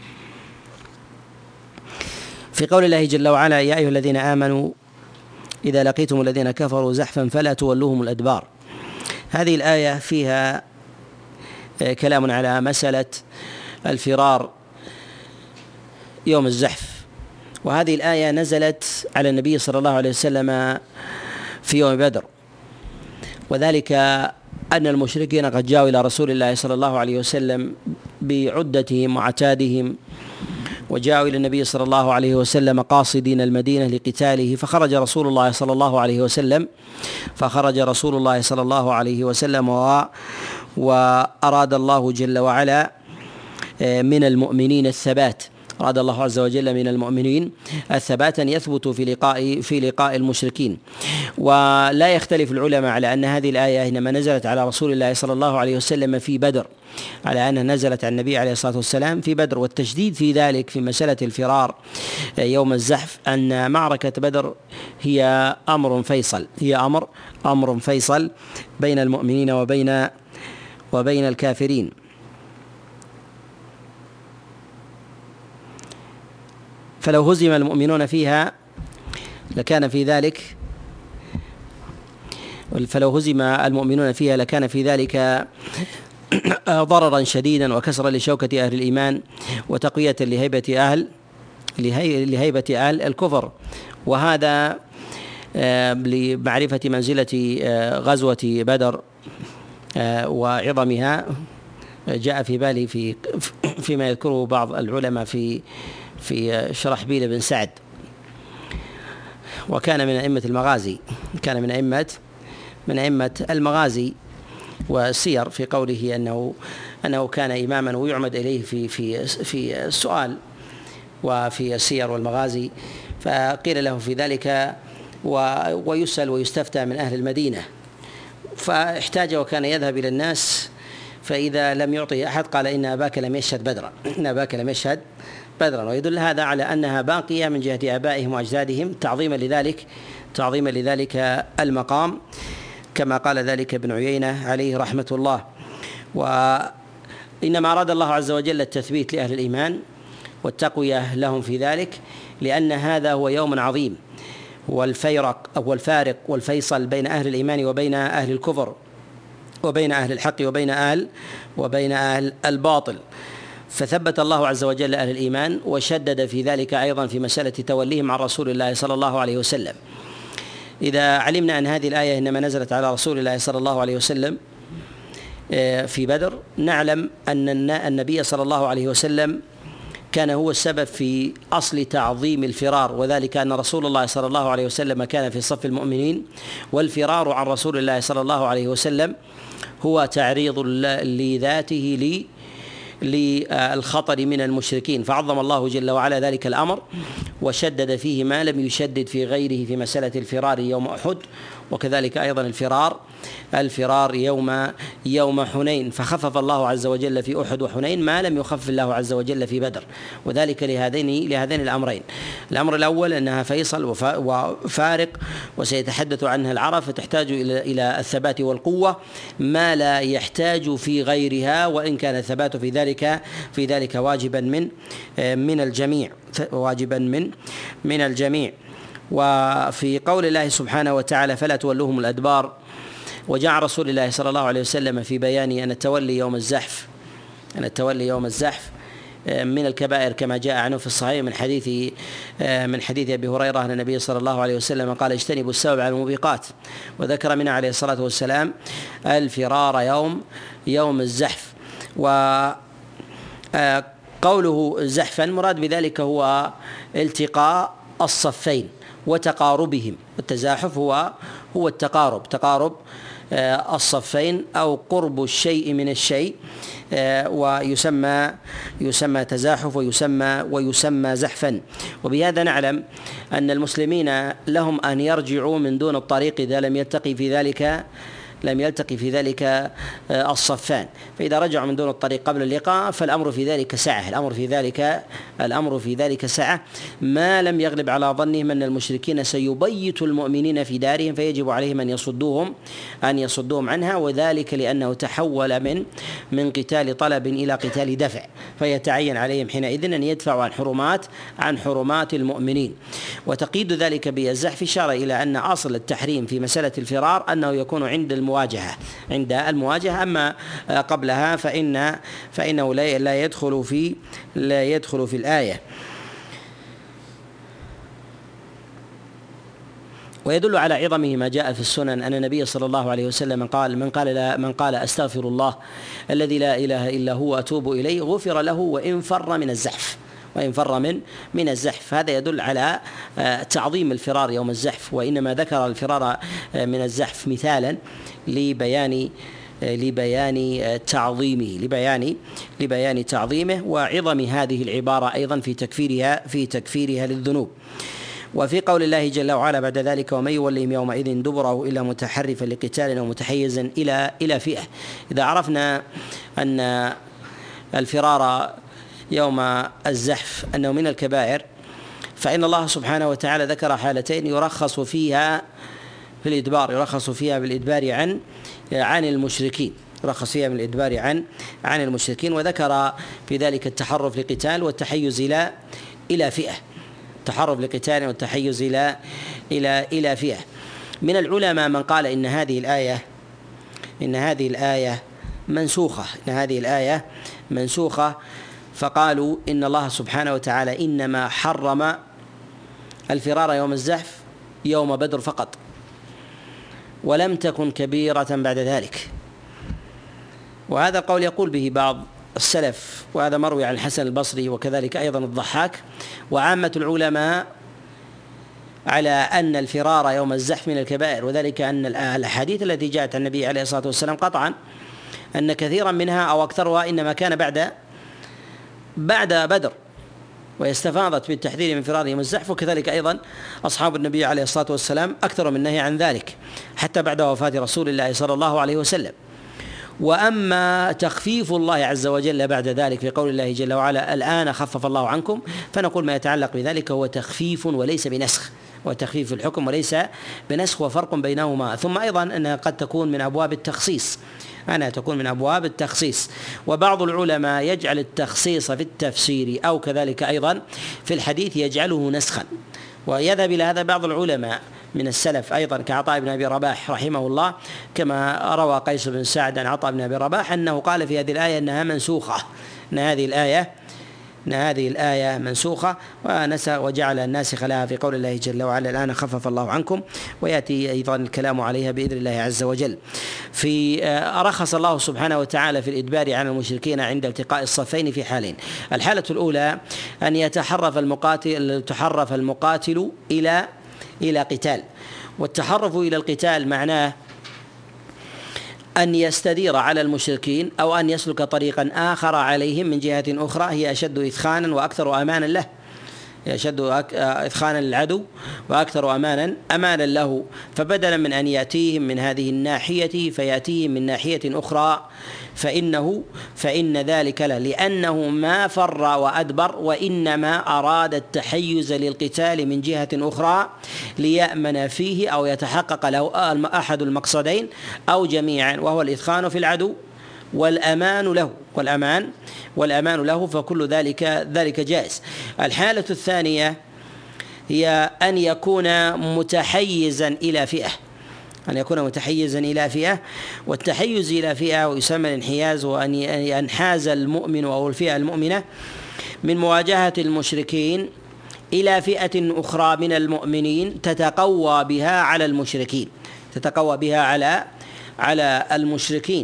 في قول الله جل وعلا يا أيها الذين آمنوا إذا لقيتم الذين كفروا زحفا فلا تولوهم الأدبار، هذه الآية فيها كلام على مسألة الفرار يوم الزحف، وهذه الآية نزلت على النبي صلى الله عليه وسلم في يوم بدر، وذلك أن المشركين قد جاءوا إلى رسول الله صلى الله عليه وسلم بعدتهم وعتادهم، وجاءوا إلى النبي صلى الله عليه وسلم قاصدين المدينة لقتاله، فخرج رسول الله صلى الله عليه وسلم فخرج رسول الله صلى الله عليه وسلم وأراد الله جل وعلا من المؤمنين الثبات أراد الله عز وجل من المؤمنين الثبات أن يثبتوا في لقاء في لقاء المشركين. ولا يختلف العلماء على أن هذه الآية إنما نزلت على رسول الله صلى الله عليه وسلم في بدر، على أنها نزلت على النبي عليه الصلاة والسلام في بدر. والتشديد في ذلك في مسألة الفرار يوم الزحف أن معركة بدر هي أمر فيصل هي أمر أمر فيصل بين المؤمنين وبين وبين الكافرين. فلو هزم المؤمنون فيها لكان في ذلك فلو هزم المؤمنون فيها لكان في ذلك ضررا شديدا وكسرا لشوكة أهل الإيمان وتقوية لهيبة أهل لهيبة أهل الكفر. وهذا لمعرفة منزلة غزوة بدر وعظمها جاء في بالي في فيما يذكره بعض العلماء في في شرحبيل بن سعد، وكان من أئمة المغازي، كان من أئمة من أئمة المغازي والسير، في قوله أنه أنه كان إماما ويعمد إليه في في في السؤال وفي السير والمغازي، فقيل له في ذلك ويسأل ويستفتى من أهل المدينة، فاحتاج وكان يذهب إلى الناس، فإذا لم يعطي أحد قال إن أباك لم يشهد بدرا، إن أباك لم يشهد بدرا. ويدل هذا على أنها باقية من جهة آبائهم وأجدادهم تعظيما لذلك تعظيما لذلك المقام، كما قال ذلك ابن عيينة عليه رحمة الله. وإنما أراد الله عز وجل التثبيت لأهل الإيمان والتقوية لهم في ذلك، لأن هذا هو يوم عظيم، والفيرق أو الفارق والفيصل بين أهل الإيمان وبين أهل الكفر، وبين أهل الحق وبين أهل وبين أهل الباطل. فثبت الله عز وجل أهل الإيمان وشدد في ذلك أيضا في مسألة توليهم عن رسول الله صلى الله عليه وسلم. إذا علمنا أن هذه الآية إنما نزلت على رسول الله صلى الله عليه وسلم في بدر، نعلم أن النبي صلى الله عليه وسلم كان هو السبب في أصل تعظيم الفرار، وذلك أن رسول الله صلى الله عليه وسلم كان في صف المؤمنين، والفرار عن رسول الله صلى الله عليه وسلم هو تعريض لذاته لي للخطر من المشركين، فعظم الله جل وعلا ذلك الأمر وشدد فيه ما لم يشدد في غيره في مسألة الفرار يوم أحد، وكذلك أيضا الفرار الفرار يوم يوم حنين، فخفف الله عز وجل في أحد وحنين ما لم يخفف الله عز وجل في بدر، وذلك لهذين لهذين الأمرين. الأمر الأول أنها فيصل وفارق وسيتحدث عنها العرب، فتحتاج إلى إلى الثبات والقوة ما لا يحتاج في غيرها، وإن كان الثبات في ذلك في ذلك واجبا من من الجميع واجبا من من الجميع. وفي قول الله سبحانه وتعالى فلا تولوهم الأدبار، وجاء رسول الله صلى الله عليه وسلم في بيان أن التولي يوم الزحف أن التولي يوم الزحف من الكبائر، كما جاء عنه في الصحيح من حديث من حديث أبي هريرة أن النبي صلى الله عليه وسلم قال اجتنبوا السبع الموبقات، وذكر منها عليه الصلاة والسلام الفرار يوم يوم الزحف. وقوله زحفا مراد بذلك هو التقاء الصفين وتقاربهم، والتزاحف هو هو التقارب تقارب الصفين أو قرب الشيء من الشيء، ويسمى يسمى تزاحف ويسمى ويسمى زحفا. وبهذا نعلم أن المسلمين لهم أن يرجعوا من دون الطريق إذا لم يلتقي في ذلك لم يلتقي في ذلك الصفان، فإذا رجعوا من دون الطريق قبل اللقاء فالأمر في ذلك سعة الأمر في ذلك الأمر في ذلك سعة ما لم يغلب على ظنهم أن المشركين سيبيت المؤمنين في دارهم، فيجب عليهم أن يصدوهم أن يصدوهم عنها، وذلك لأنه تحول من من قتال طلب إلى قتال دفع، فيتعين عليهم حينئذ أن يدفعوا عن حرمات عن حرمات المؤمنين. وتقييد ذلك بالزحف إشارة إلى أن أصل التحريم في مسألة الفرار أنه يكون عند المواجهة عند المواجهة أما قبلها فإن فإنه لا يدخل في لا يدخل في الآية. ويدل على عظمه ما جاء في السنن أن النبي صلى الله عليه وسلم قال من قال لا من قال أستغفر الله الذي لا إله إلا هو أتوب إليه غفر له وإن فر من الزحف وإن فر من من الزحف. هذا يدل على تعظيم الفرار يوم الزحف، وإنما ذكر الفرار من الزحف مثالا لبيان لبيان تعظيمه لبيان لبيان تعظيمه وعظم هذه العبارة أيضا في تكفيرها في تكفيرها للذنوب. وفي قول الله جل وعلا بعد ذلك ومن يولهم يومئذ دبره إلا متحرفا لقتال أو متحيزا إلى إلى فئة. إذا عرفنا أن الفرار يوم الزحف أنه من الكبائر، فإن الله سبحانه وتعالى ذكر حالتين يرخص فيها في الإدبار يرخص فيها بالإدبار عن عن المشركين يرخص فيها من الإدبار عن عن المشركين وذكر في ذلك التحرف لقتال والتحيز إلى إلى فئة التحرف لقتال والتحيز إلى إلى إلى فئة. من العلماء من قال إن هذه الآية إن هذه الآية منسوخة، إن هذه الآية منسوخة. فقالوا إن الله سبحانه وتعالى إنما حرم الفرار يوم الزحف يوم بدر فقط، ولم تكن كبيرة بعد ذلك. وهذا القول يقول به بعض السلف، وهذا مروي عن الحسن البصري وكذلك أيضا الضحاك وعامة العلماء، على أن الفرار يوم الزحف من الكبائر، وذلك أن الأحاديث التي جاءت عن النبي عليه الصلاة والسلام قطعا أن كثيرا منها أو أكثرها إنما كان بعد بعد بدر، واستفاضت بالتحذير من فرار يوم الزحف. وكذلك أيضا أصحاب النبي عليه الصلاة والسلام أكثر من النهي عن ذلك حتى بعد وفاة رسول الله صلى الله عليه وسلم. وأما تخفيف الله عز وجل بعد ذلك في قول الله جل وعلا الآن خفف الله عنكم، فنقول ما يتعلق بذلك هو تخفيف وليس بنسخ، وتخفيف الحكم وليس بنسخ، وفرق بينهما. ثم أيضا أنها قد تكون من أبواب التخصيص، أنها تكون من أبواب التخصيص. وبعض العلماء يجعل التخصيص في التفسير أو كذلك أيضا في الحديث يجعله نسخا، ويذهب إلى هذا بعض العلماء من السلف أيضا كعطاء بن أبي رباح رحمه الله، كما روى قيس بن سعد عن عطاء بن أبي رباح أنه قال في هذه الآية أنها منسوخة، أن هذه الآية أن هذه الآية منسوخة ونسى وجعل الناسخ لها في قول الله جل وعلا الآن خفف الله عنكم، ويأتي أيضا الكلام عليها بإذن الله عز وجل. في رخص الله سبحانه وتعالى في الإدبار عن المشركين عند التقاء الصفين في حالين: الحالة الأولى أن يتحرف المقاتل يتحرف المقاتل إلى إلى قتال، والتحرف إلى القتال معناه أن يستدير على المشركين أو أن يسلك طريقا آخر عليهم من جهة أخرى هي أشد إثخانا وأكثر أمانا له، يشد إثخانا للعدو وأكثر أمانا أمانا له. فبدلا من أن يأتيهم من هذه الناحية فيأتيهم من ناحية أخرى، فإنه فإن ذلك له، لأنه ما فر وأدبر، وإنما أراد التحيز للقتال من جهة أخرى ليأمن فيه أو يتحقق له أحد المقصدين أو جميعا، وهو الإثخان في العدو والأمان له والأمان والأمان له فكل ذلك ذلك جائز. الحالة الثانية هي أن يكون متحيزا إلى فئة، أن يكون متحيزا إلى فئة، والتحيز إلى فئة ويسمى الانحياز، وأن ينحاز المؤمن أو الفئة المؤمنة من مواجهة المشركين إلى فئة أخرى من المؤمنين تتقوى بها على المشركين تتقوى بها على على المشركين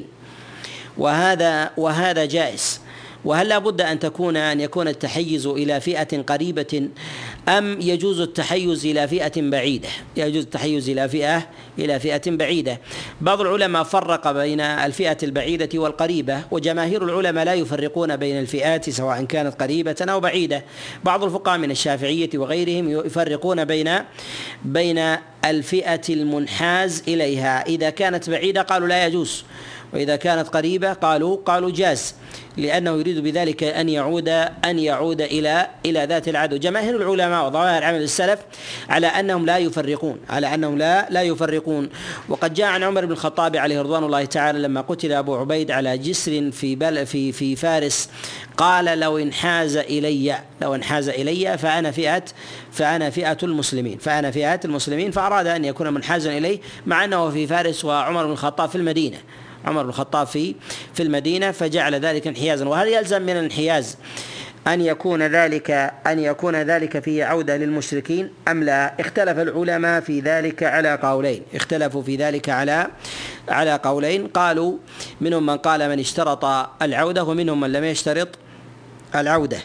وهذا وهذا جائز. وهل لا بد أن تكون أن يكون التحيز إلى فئة قريبة أم يجوز التحيز إلى فئة بعيدة؟ يجوز التحيز إلى فئة إلى فئة بعيدة. بعض العلماء فرق بين الفئة البعيدة والقريبة، وجماهير العلماء لا يفرقون بين الفئات سواء كانت قريبة أو بعيدة. بعض الفقهاء من الشافعية وغيرهم يفرقون بين بين الفئة المنحاز إليها، إذا كانت بعيدة قالوا لا يجوز، وإذا كانت قريبة قالوا قالوا جاز، لأنه يريد بذلك أن يعود أن يعود إلى إلى ذات العدو. جماهير العلماء وظواهر عمل السلف على أنهم لا يفرقون على أنهم لا لا يفرقون. وقد جاء عن عمر بن الخطاب عليه رضوان الله تعالى لما قتل أبو عبيد على جسر في بل في في فارس، قال لو انحاز إلي لو انحاز إلي فأنا فئة فأنا فئة المسلمين فأنا فئة المسلمين فأراد أن يكون منحازا إليه، مع أنه في فارس وعمر بن الخطاب في المدينة عمر بن الخطاب في في المدينة، فجعل ذلك انحيازا. وهل يلزم من الانحياز أن يكون ذلك أن يكون ذلك فيه عودة للمشركين أم لا؟ اختلف العلماء في ذلك على قولين اختلفوا في ذلك على على قولين قالوا منهم من قال من اشترط العودة، ومنهم من لم يشترط العودة.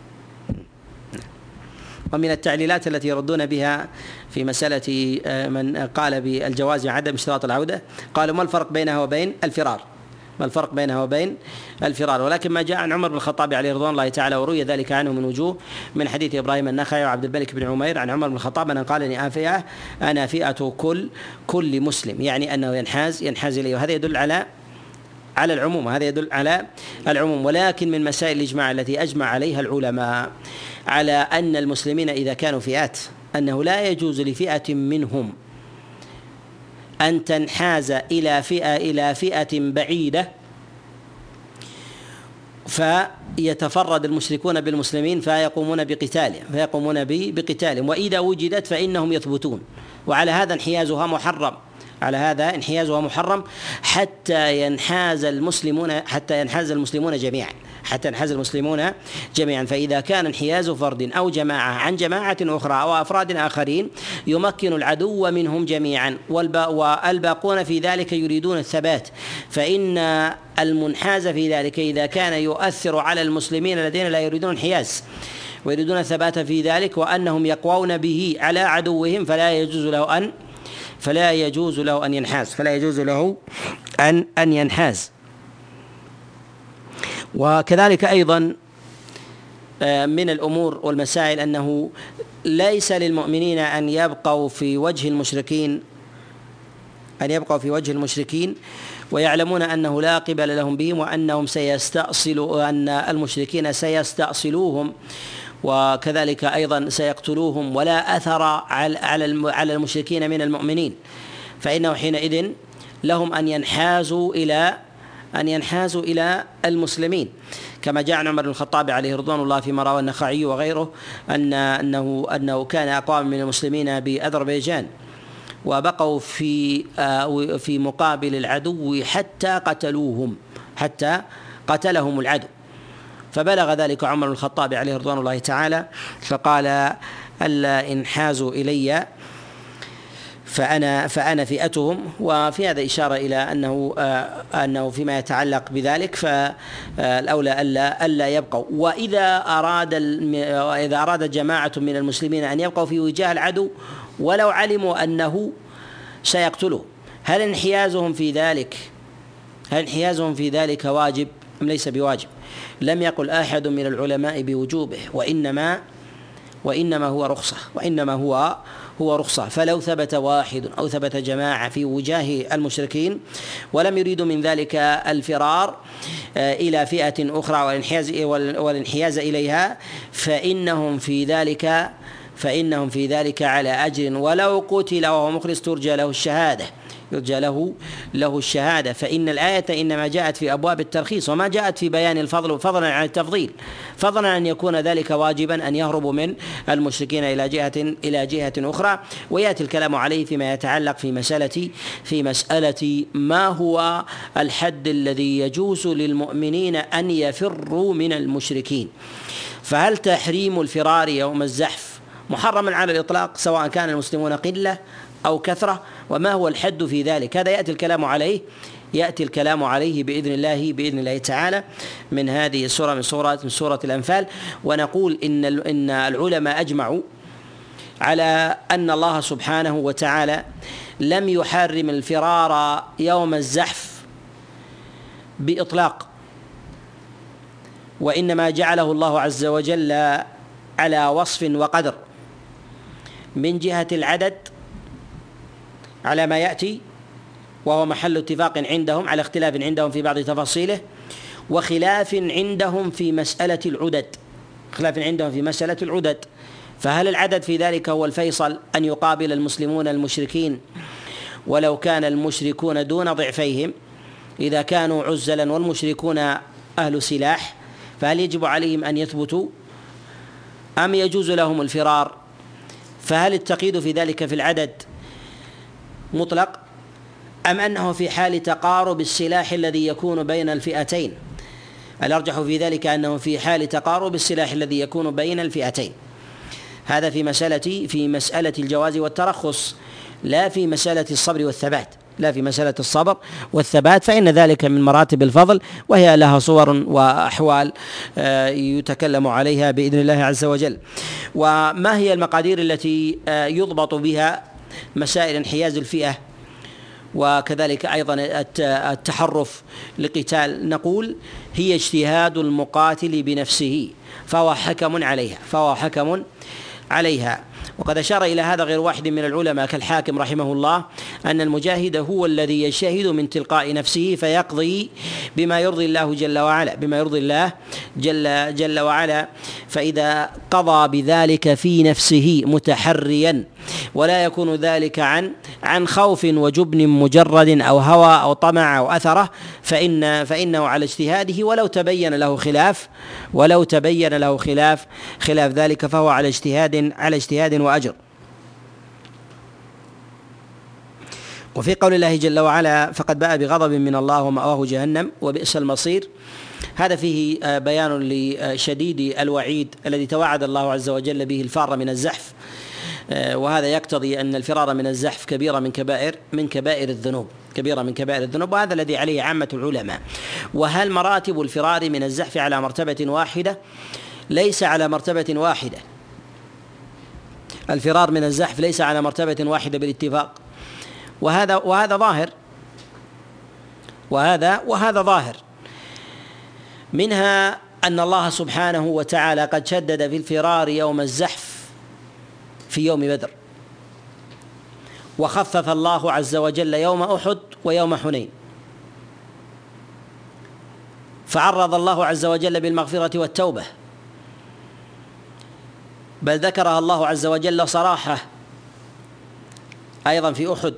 ومن التعليلات التي يردون بها في مسألة من قال بالجواز عدم اشتراط العودة قالوا ما الفرق بينها وبين الفرار ما الفرق بينها وبين الفرار ولكن ما جاء عن عمر بن الخطاب عليه رضوان الله تعالى وروي ذلك عنه من وجوه، من حديث إبراهيم النخعي وعبد الملك بن عمير عن عمر بن الخطاب أن قال إني فئة أنا فئة كل كل مسلم، يعني أنه ينحاز ينحاز إليه. وهذا يدل على على العموم هذا يدل على العموم ولكن من مسائل الإجماع التي أجمع عليها العلماء على أن المسلمين إذا كانوا فئات أنه لا يجوز لفئة منهم أن تنحاز إلى فئة إلى فئة بعيدة فيتفرد المشركون بالمسلمين فيقومون بقتالهم فيقومون بقتالهم وإذا وجدت فإنهم يثبتون، وعلى هذا انحيازها محرم على هذا انحيازها محرم حتى ينحاز المسلمون حتى ينحاز المسلمون جميعا حتى ينحاز المسلمون جميعا. فإذا كان انحياز فرد أو جماعة عن جماعة أخرى أو أفراد آخرين يمكن العدو منهم جميعا، والباقون في ذلك يريدون الثبات، فإن المنحاز في ذلك إذا كان يؤثر على المسلمين الذين لا يريدون انحياز ويريدون الثبات في ذلك وأنهم يقوون به على عدوهم فلا يجوز له أن فلا يجوز له أن ينحاز فلا يجوز له أن أن ينحاز. وكذلك أيضا من الأمور والمسائل أنه ليس للمؤمنين أن يبقوا في وجه المشركين أن يبقوا في وجه المشركين ويعلمون أنه لا قبل لهم بهم وأنهم سيستأصل أن المشركين سيستأصلوهم وكذلك أيضا سيقتلوهم ولا أثر على على المشركين من المؤمنين، فإنه حينئذ لهم أن ينحازوا إلى أن ينحازوا إلى المسلمين، كما جاء عن عمر بن الخطاب عليه رضوان الله فيما رواه النخعي وغيره أن أنه أنه كان أقوام من المسلمين بأذربيجان وبقوا في في مقابل العدو حتى قتلوهم حتى قتلهم العدو، فبلغ ذلك عمر بن الخطاب عليه رضوان الله تعالى فقال ألا انحازوا إلي فأنا فأنا فئتهم. وفي هذا إشارة إلى أنه أنه فيما يتعلق بذلك فالأولى ألا ألا يبقوا، وإذا أراد إذا أراد جماعة من المسلمين أن يبقوا في وجاه العدو ولو علموا أنه سيقتله، هل انحيازهم في ذلك هل انحيازهم في ذلك واجب أم ليس بواجب؟ لم يقل أحد من العلماء بوجوبه، وإنما وإنما هو رخصة وإنما هو هو رخصة. فلو ثبت واحد أو ثبت جماعة في وجاه المشركين ولم يريدوا من ذلك الفرار إلى فئة أخرى والانحياز والانحياز إليها فإنهم في ذلك فإنهم في ذلك على أجر، ولو قتل وهو مخلص ترجى له الشهادة يرجى له له الشهادة. فإن الآية إنما جاءت في أبواب الترخيص وما جاءت في بيان الفضل فضلا عن التفضيل، فضلا أن يكون ذلك واجبا أن يهربوا من المشركين إلى جهة إلى جهة أخرى. ويأتي الكلام عليه فيما يتعلق في مسألة في مسألة ما هو الحد الذي يجوز للمؤمنين أن يفروا من المشركين. فهل تحريم الفرار يوم الزحف محرما على الإطلاق سواء كان المسلمون قلة أو كثرة؟ وما هو الحد في ذلك؟ هذا يأتي الكلام عليه يأتي الكلام عليه بإذن الله بإذن الله تعالى من هذه السورة من سورة من سورة الأنفال. ونقول إن إن العلماء أجمعوا على أن الله سبحانه وتعالى لم يحرم الفرار يوم الزحف بإطلاق، وإنما جعله الله عز وجل على وصف وقدر من جهة العدد على ما يأتي، وهو محل اتفاق عندهم على اختلاف عندهم في بعض تفاصيله، وخلاف عندهم في مسألة العدد خلاف عندهم في مسألة العدد فهل العدد في ذلك هو الفيصل أن يقابل المسلمون المشركين ولو كان المشركون دون ضعفيهم؟ إذا كانوا عزلا والمشركون أهل سلاح فهل يجب عليهم أن يثبتوا أم يجوز لهم الفرار؟ فهل التقييد في ذلك في العدد مطلق أم أنه في حال تقارب السلاح الذي يكون بين الفئتين؟ الأرجح في ذلك أنه في حال تقارب السلاح الذي يكون بين الفئتين. هذا في مسألة في مسألة الجواز والترخص، لا في مسألة الصبر والثبات لا في مسألة الصبر والثبات فإن ذلك من مراتب الفضل، وهي لها صور وأحوال يتكلم عليها بإذن الله عز وجل. وما هي المقادير التي يضبط بها مسائل انحياز الفئة وكذلك أيضا التحرف لقتال؟ نقول هي اجتهاد المقاتل بنفسه فهو حكم عليها فهو حكم عليها وقد أشار إلى هذا غير واحد من العلماء كالحاكم رحمه الله أن المجاهد هو الذي يجتهد من تلقاء نفسه فيقضي بما يرضي الله جل وعلا بما يرضي الله جل جل وعلا، فإذا قضى بذلك في نفسه متحريا ولا يكون ذلك عن عن خوف وجبن مجرد أو هوى أو طمع أو أثره فإن فإنه على اجتهاده ولو تبين له خلاف ولو تبين له خلاف خلاف ذلك فهو على اجتهاد على اجتهاد وأجر. وفي قول الله جل وعلا فقد باء بغضب من الله ومأواه جهنم وبئس المصير، هذا فيه بيان لشديد الوعيد الذي توعد الله عز وجل به الفار من الزحف، وهذا يقتضي أن الفرار من الزحف كبيرة من كبائر من كبائر الذنوب كبيرة من كبائر الذنوب، وهذا الذي عليه عامة العلماء. وهل مراتب الفرار من الزحف على مرتبة واحدة؟ ليس على مرتبة واحدة، الفرار من الزحف ليس على مرتبة واحدة بالاتفاق، وهذا وهذا ظاهر وهذا وهذا ظاهر منها أن الله سبحانه وتعالى قد شدد في الفرار يوم الزحف في يوم بدر، وخفف الله عز وجل يوم أحد ويوم حنين، فعرض الله عز وجل بالمغفرة والتوبة، بل ذكرها الله عز وجل صراحة أيضا في أحد،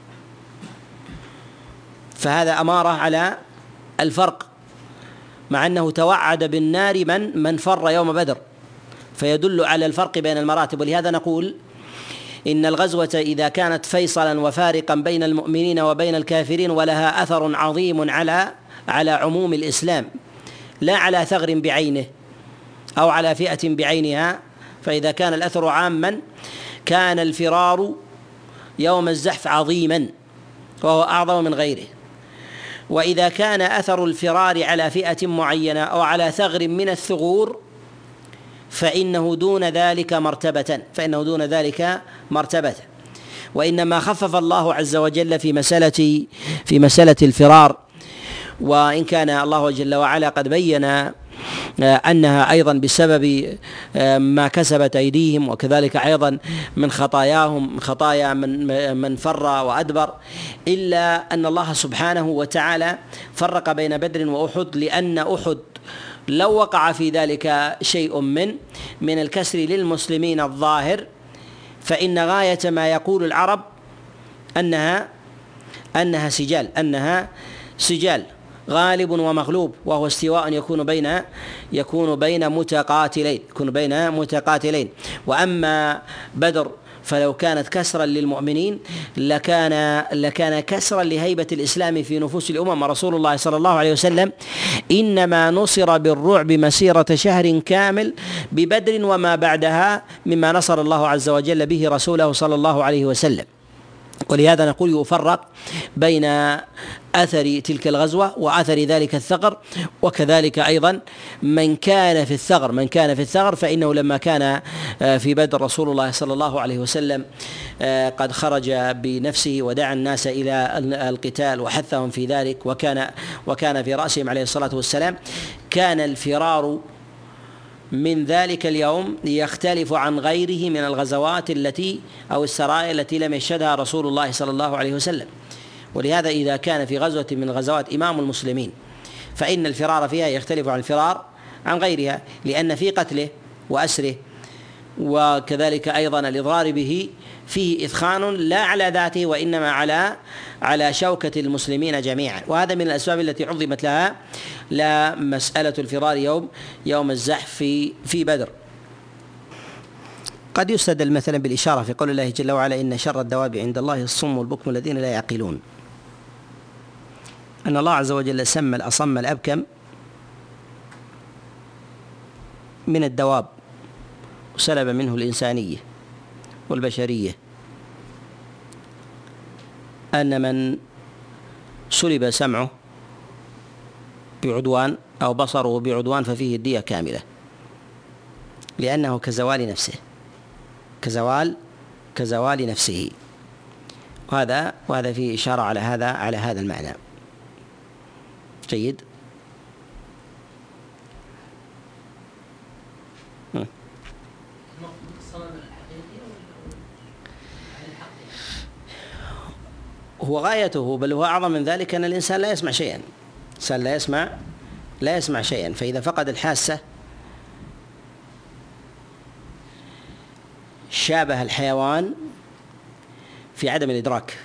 فهذا أمارة على الفرق، مع أنه توعد بالنار من من فر يوم بدر، فيدل على الفرق بين المراتب. ولهذا نقول إن الغزوة إذا كانت فيصلا وفارقا بين المؤمنين وبين الكافرين ولها أثر عظيم على على عموم الإسلام، لا على ثغر بعينه أو على فئة بعينها، فإذا كان الأثر عاما كان الفرار يوم الزحف عظيما وهو أعظم من غيره. وإذا كان أثر الفرار على فئة معينة أو على ثغر من الثغور فإنه دون ذلك مرتبة فإنه دون ذلك مرتبة وإنما خفف الله عز وجل في مسألة في مسألة الفرار، وإن كان الله جل وعلا قد بين أنها أيضا بسبب ما كسبت أيديهم، وكذلك أيضا من خطاياهم خطايا من من فر وأدبر، إلا أن الله سبحانه وتعالى فرق بين بدر وأحد، لأن أحد لو وقع في ذلك شيء من من الكسر للمسلمين الظاهر فإن غاية ما يقول العرب أنها أنها سجال أنها سجال غالب ومغلوب، وهو استواء يكون بين يكون بين متقاتلين يكون بين متقاتلين وأما بدر فلو كانت كسرا للمؤمنين لكان لكان كسرا لهيبة الإسلام في نفوس الأمم. رسول الله صلى الله عليه وسلم إنما نصر بالرعب مسيرة شهر كامل ببدر وما بعدها مما نصر الله عز وجل به رسوله صلى الله عليه وسلم. ولهذا نقول يفرق بين أثر تلك الغزوة وأثر ذلك الثغر، وكذلك أيضا من كان في الثغر من كان في الثغر فإنه لما كان في بدر رسول الله صلى الله عليه وسلم قد خرج بنفسه ودعا الناس إلى القتال وحثهم في ذلك، وكان وكان في رأسهم عليه الصلاة والسلام، كان الفرار من ذلك اليوم يختلف عن غيره من الغزوات التي أو السرايا التي لم يشهدها رسول الله صلى الله عليه وسلم. ولهذا إذا كان في غزوة من غزوات إمام المسلمين فإن الفرار فيها يختلف عن الفرار عن غيرها، لأن في قتله وأسره وكذلك أيضا الإضرار به فيه إثخان لا على ذاته وإنما على على شوكة المسلمين جميعا، وهذا من الأسباب التي عظمت لها لا مسألة الفرار يوم يوم الزحف في في بدر. قد يستدل مثلا بالإشارة في قول الله جل وعلا إن شر الدواب عند الله الصم والبكم الذين لا يعقلون، أن الله عز وجل سمى الأصم الأبكم من الدواب وسلب منه الإنسانية والبشرية، أن من سلب سمعه بعدوان أو بصره بعدوان ففيه الدية كاملة، لأنه كزوال نفسه كزوال كزوال نفسه، وهذا وهذا فيه إشارة على هذا على هذا المعنى. جيد. هو غايته بل هو أعظم من ذلك أن الإنسان لا يسمع شيئا الإنسان لا يسمع لا يسمع شيئا فإذا فقد الحاسة شابه الحيوان في عدم الإدراك،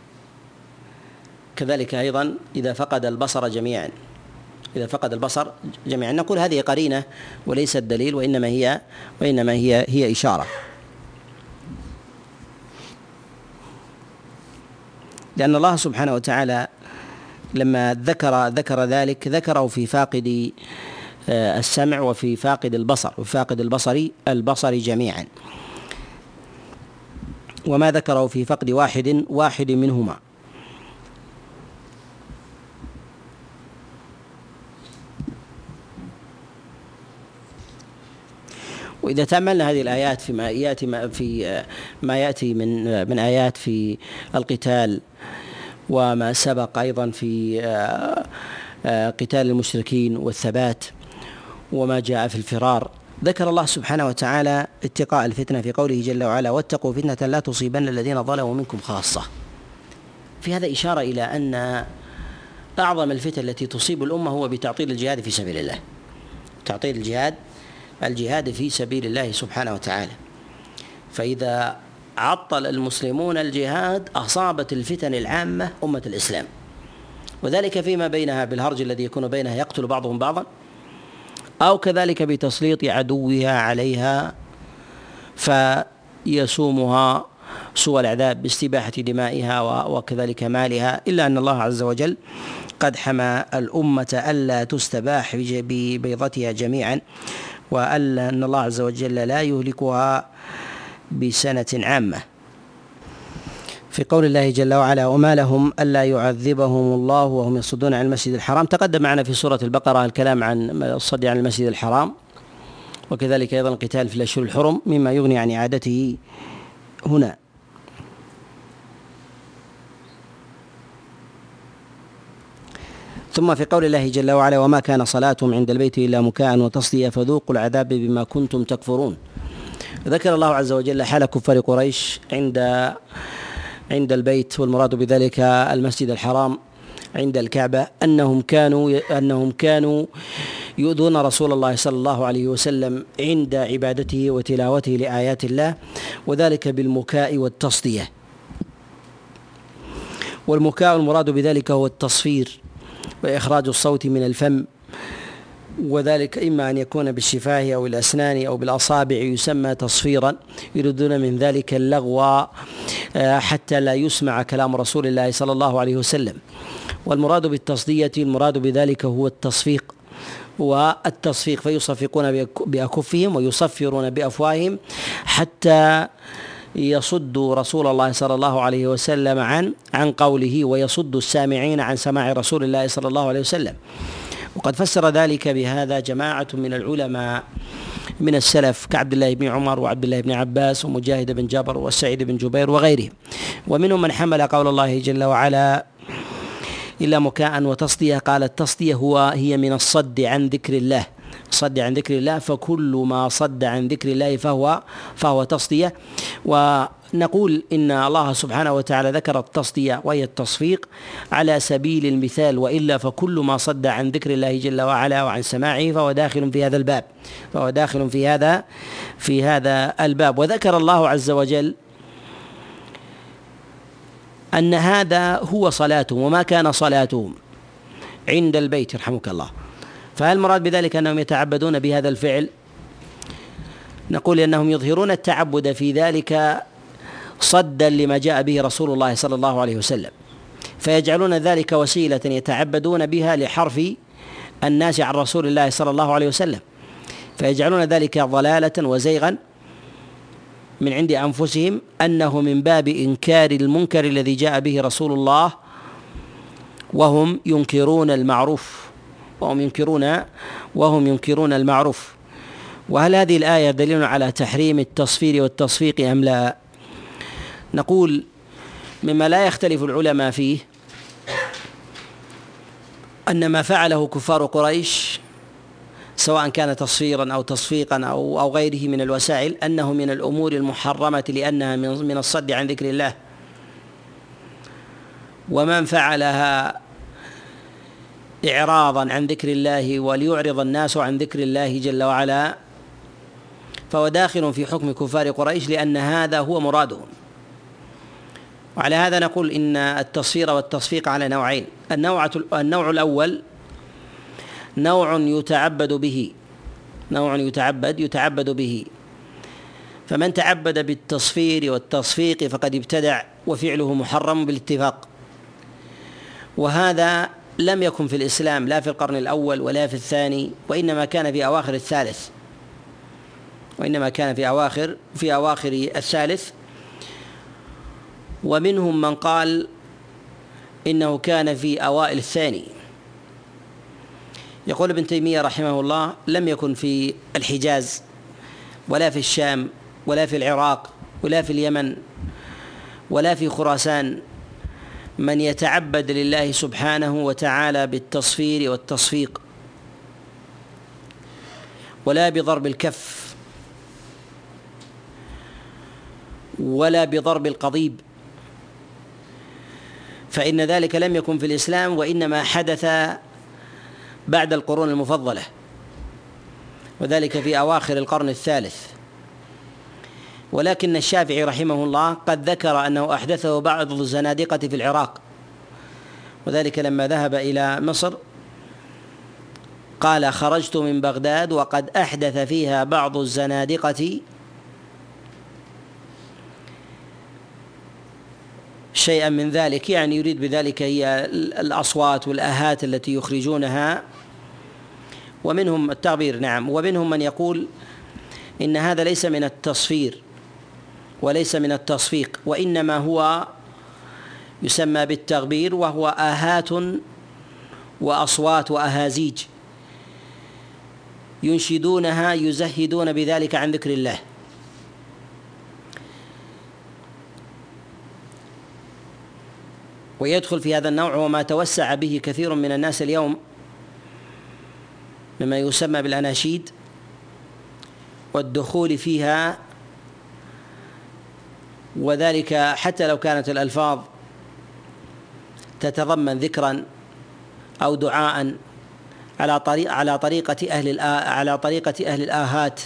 كذلك أيضا إذا فقد البصر جميعا إذا فقد البصر جميعا نقول هذه قرينة وليست دليل، وإنما هي وإنما هي هي إشارة. لأن الله سبحانه وتعالى لما ذكر ذكر ذلك ذكره في فاقد السمع وفي فاقد البصر وفي فاقد البصر البصر جميعا، وما ذكره في فقد واحد واحد منهما. وإذا تأملنا هذه الآيات فيما يأتي في ما يأتي من من آيات في القتال، وما سبق أيضا في قتال المشركين والثبات، وما جاء في الفرار، ذكر الله سبحانه وتعالى اتقاء الفتنة في قوله جل وعلا: واتقوا فتنة لا تصيبن الذين ظلموا منكم خاصة. في هذا إشارة إلى أن أعظم الفتن التي تصيب الأمة هو بتعطيل الجهاد في سبيل الله، تعطيل الجهاد الجهاد في سبيل الله سبحانه وتعالى. فإذا عطل المسلمون الجهاد أصابت الفتن العامة أمة الإسلام، وذلك فيما بينها بالهرج الذي يكون بينها يقتل بعضهم بعضا، أو كذلك بتسليط عدوها عليها فيسومها سوء العذاب باستباحة دمائها وكذلك مالها، إلا أن الله عز وجل قد حمى الأمة ألا تستباح ببيضتها جميعا، وألا أن الله عز وجل لا يهلكها بسنة عامة. في قول الله جل وعلا: وما لهم ألا يعذبهم الله وهم يصدون عن المسجد الحرام. تقدم معنا في سورة البقرة الكلام عن الصد عن المسجد الحرام، وكذلك أيضا القتال في الأشهر الحرم، مما يغني عن إعادته هنا. ثم في قول الله جل وعلا: وما كان صلاتهم عند البيت إلا مكاء وتصدية فذوقوا العذاب بما كنتم تكفرون. ذكر الله عز وجل حال كفار قريش عند عند البيت، والمراد بذلك المسجد الحرام عند الكعبة، أنهم كانوا أنهم كانوا يؤذون رسول الله صلى الله عليه وسلم عند عبادته وتلاوته لآيات الله، وذلك بالمكاء والتصدية. والمكاء المراد بذلك هو التصفير وإخراج الصوت من الفم، وذلك إما أن يكون بالشفاه أو الأسنان أو بالأصابع، يسمى تصفيرا، يريدون من ذلك اللغو حتى لا يسمع كلام رسول الله صلى الله عليه وسلم. والمراد بالتصدية المراد بذلك هو التصفيق، والتصفيق فيصفقون بأكفهم ويصفرون بأفواههم حتى يصد رسول الله صلى الله عليه وسلم عن عن قوله، ويصد السامعين عن سماع رسول الله صلى الله عليه وسلم. وقد فسر ذلك بهذا جماعة من العلماء من السلف كعبد الله بن عمر وعبد الله بن عباس ومجاهد بن جبر وسعيد بن جبير وغيرهم، ومنهم من حمل قول الله جل وعلا: إلا مكاء وتصدية. قال التصدية هو هي من الصد عن ذكر الله، صد عن ذكر الله، فكل ما صد عن ذكر الله فهو فهو تصدية. ونقول إن الله سبحانه وتعالى ذكر التصدية وهي التصفيق على سبيل المثال، وإلا فكل ما صد عن ذكر الله جل وعلا وعن سماعه فهو داخل في هذا الباب فهو داخل في هذا في هذا الباب. وذكر الله عز وجل أن هذا هو صلاتهم، وما كان صلاتهم عند البيت يرحمك الله. فهل المراد بذلك أنهم يتعبدون بهذا الفعل؟ نقول أنهم يظهرون التعبد في ذلك صدا لما جاء به رسول الله صلى الله عليه وسلم، فيجعلون ذلك وسيلة يتعبدون بها لحرف الناس عن رسول الله صلى الله عليه وسلم، فيجعلون ذلك ضلالة وزيغا من عند أنفسهم، أنه من باب إنكار المنكر الذي جاء به رسول الله، وهم ينكرون المعروف وهم ينكرون وهم ينكرون المعروف. وهل هذه الآية دليل على تحريم التصفير والتصفيق أم لا؟ نقول مما لا يختلف العلماء فيه أن ما فعله كفار قريش سواء كان تصفيرا أو تصفيقا أو أو غيره من الوسائل أنه من الأمور المحرمة، لأنها من من الصد عن ذكر الله. ومن فعلها إعراضا عن ذكر الله وليعرض الناس عن ذكر الله جل وعلا فهو داخل في حكم كفار قريش، لأن هذا هو مرادهم. وعلى هذا نقول إن التصفير والتصفيق على نوعين: النوع النوع الأول نوع يتعبد به نوع يتعبد يتعبد به فمن تعبد بالتصفير والتصفيق فقد ابتدع وفعله محرم بالاتفاق، وهذا لم يكن في الإسلام لا في القرن الأول ولا في الثاني، وإنما كان في أواخر الثالث وإنما كان في أواخر في أواخر الثالث ومنهم من قال إنه كان في أوائل الثاني. يقول ابن تيمية رحمه الله: لم يكن في الحجاز ولا في الشام ولا في العراق ولا في اليمن ولا في خراسان من يتعبد لله سبحانه وتعالى بالتصفير والتصفيق ولا بضرب الكف ولا بضرب القضيب، فإن ذلك لم يكن في الإسلام، وإنما حدث بعد القرون المفضلة، وذلك في أواخر القرن الثالث. ولكن الشافعي رحمه الله قد ذكر أنه أحدثه بعض الزنادقة في العراق، وذلك لما ذهب إلى مصر قال: خرجت من بغداد وقد أحدث فيها بعض الزنادقة شيئا من ذلك، يعني يريد بذلك هي الأصوات والآهات التي يخرجونها، ومنهم التغبير نعم، ومنهم من يقول إن هذا ليس من التصفير وليس من التصفيق، وإنما هو يسمى بالتغبير، وهو آهات وأصوات وأهازيج ينشدونها يزهدون بذلك عن ذكر الله. ويدخل في هذا النوع وما توسع به كثير من الناس اليوم مما يسمى بالأناشيد، والدخول فيها، وذلك حتى لو كانت الألفاظ تتضمن ذكرا أو دعاء على طريق على طريقة أهل على طريقة أهل الآهات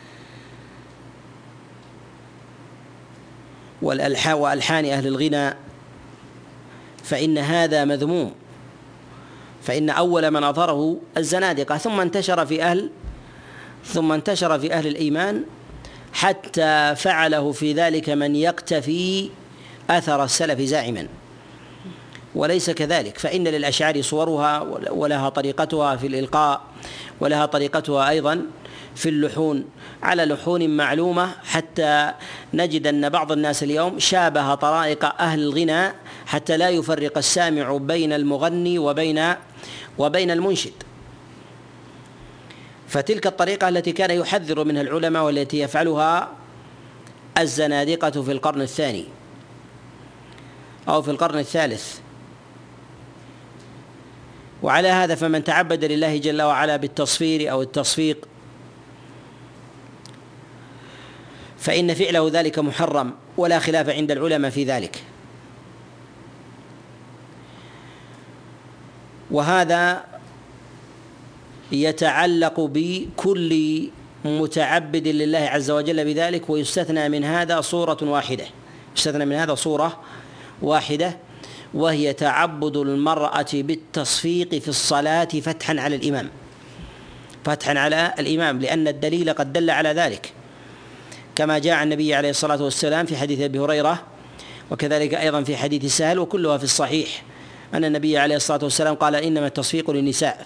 والألحان وألحان أهل الغنى، فإن هذا مذموم، فإن أول من أظهره الزنادقة، ثم انتشر في أهل ثم انتشر في أهل الإيمان، حتى فعله في ذلك من يقتفي أثر السلف زاعما، وليس كذلك، فإن للأشعار صورها ولها طريقتها في الإلقاء، ولها طريقتها أيضا في اللحون على لحون معلومة، حتى نجد أن بعض الناس اليوم شابه طرائق أهل الغنى حتى لا يفرق السامع بين المغني وبين وبين المنشد. فتلك الطريقة التي كان يحذر منها العلماء والتي يفعلها الزنادقة في القرن الثاني أو في القرن الثالث. وعلى هذا فمن تعبد لله جل وعلا بالتصفير أو التصفيق فإن فعله ذلك محرم، ولا خلاف عند العلماء في ذلك. وهذا يتعلق بكل متعبد لله عز وجل بذلك، ويستثنى من هذا صورة واحدة يستثنى من هذا صورة واحدة وهي تعبد المرأة بالتصفيق في الصلاة فتحا على الإمام فتحا على الإمام لأن الدليل قد دل على ذلك، كما جاء عن النبي عليه الصلاة والسلام في حديث أبي هريرة، وكذلك أيضا في حديث سهل، وكلها في الصحيح، أن النبي عليه الصلاة والسلام قال: إنما التصفيق للنساء.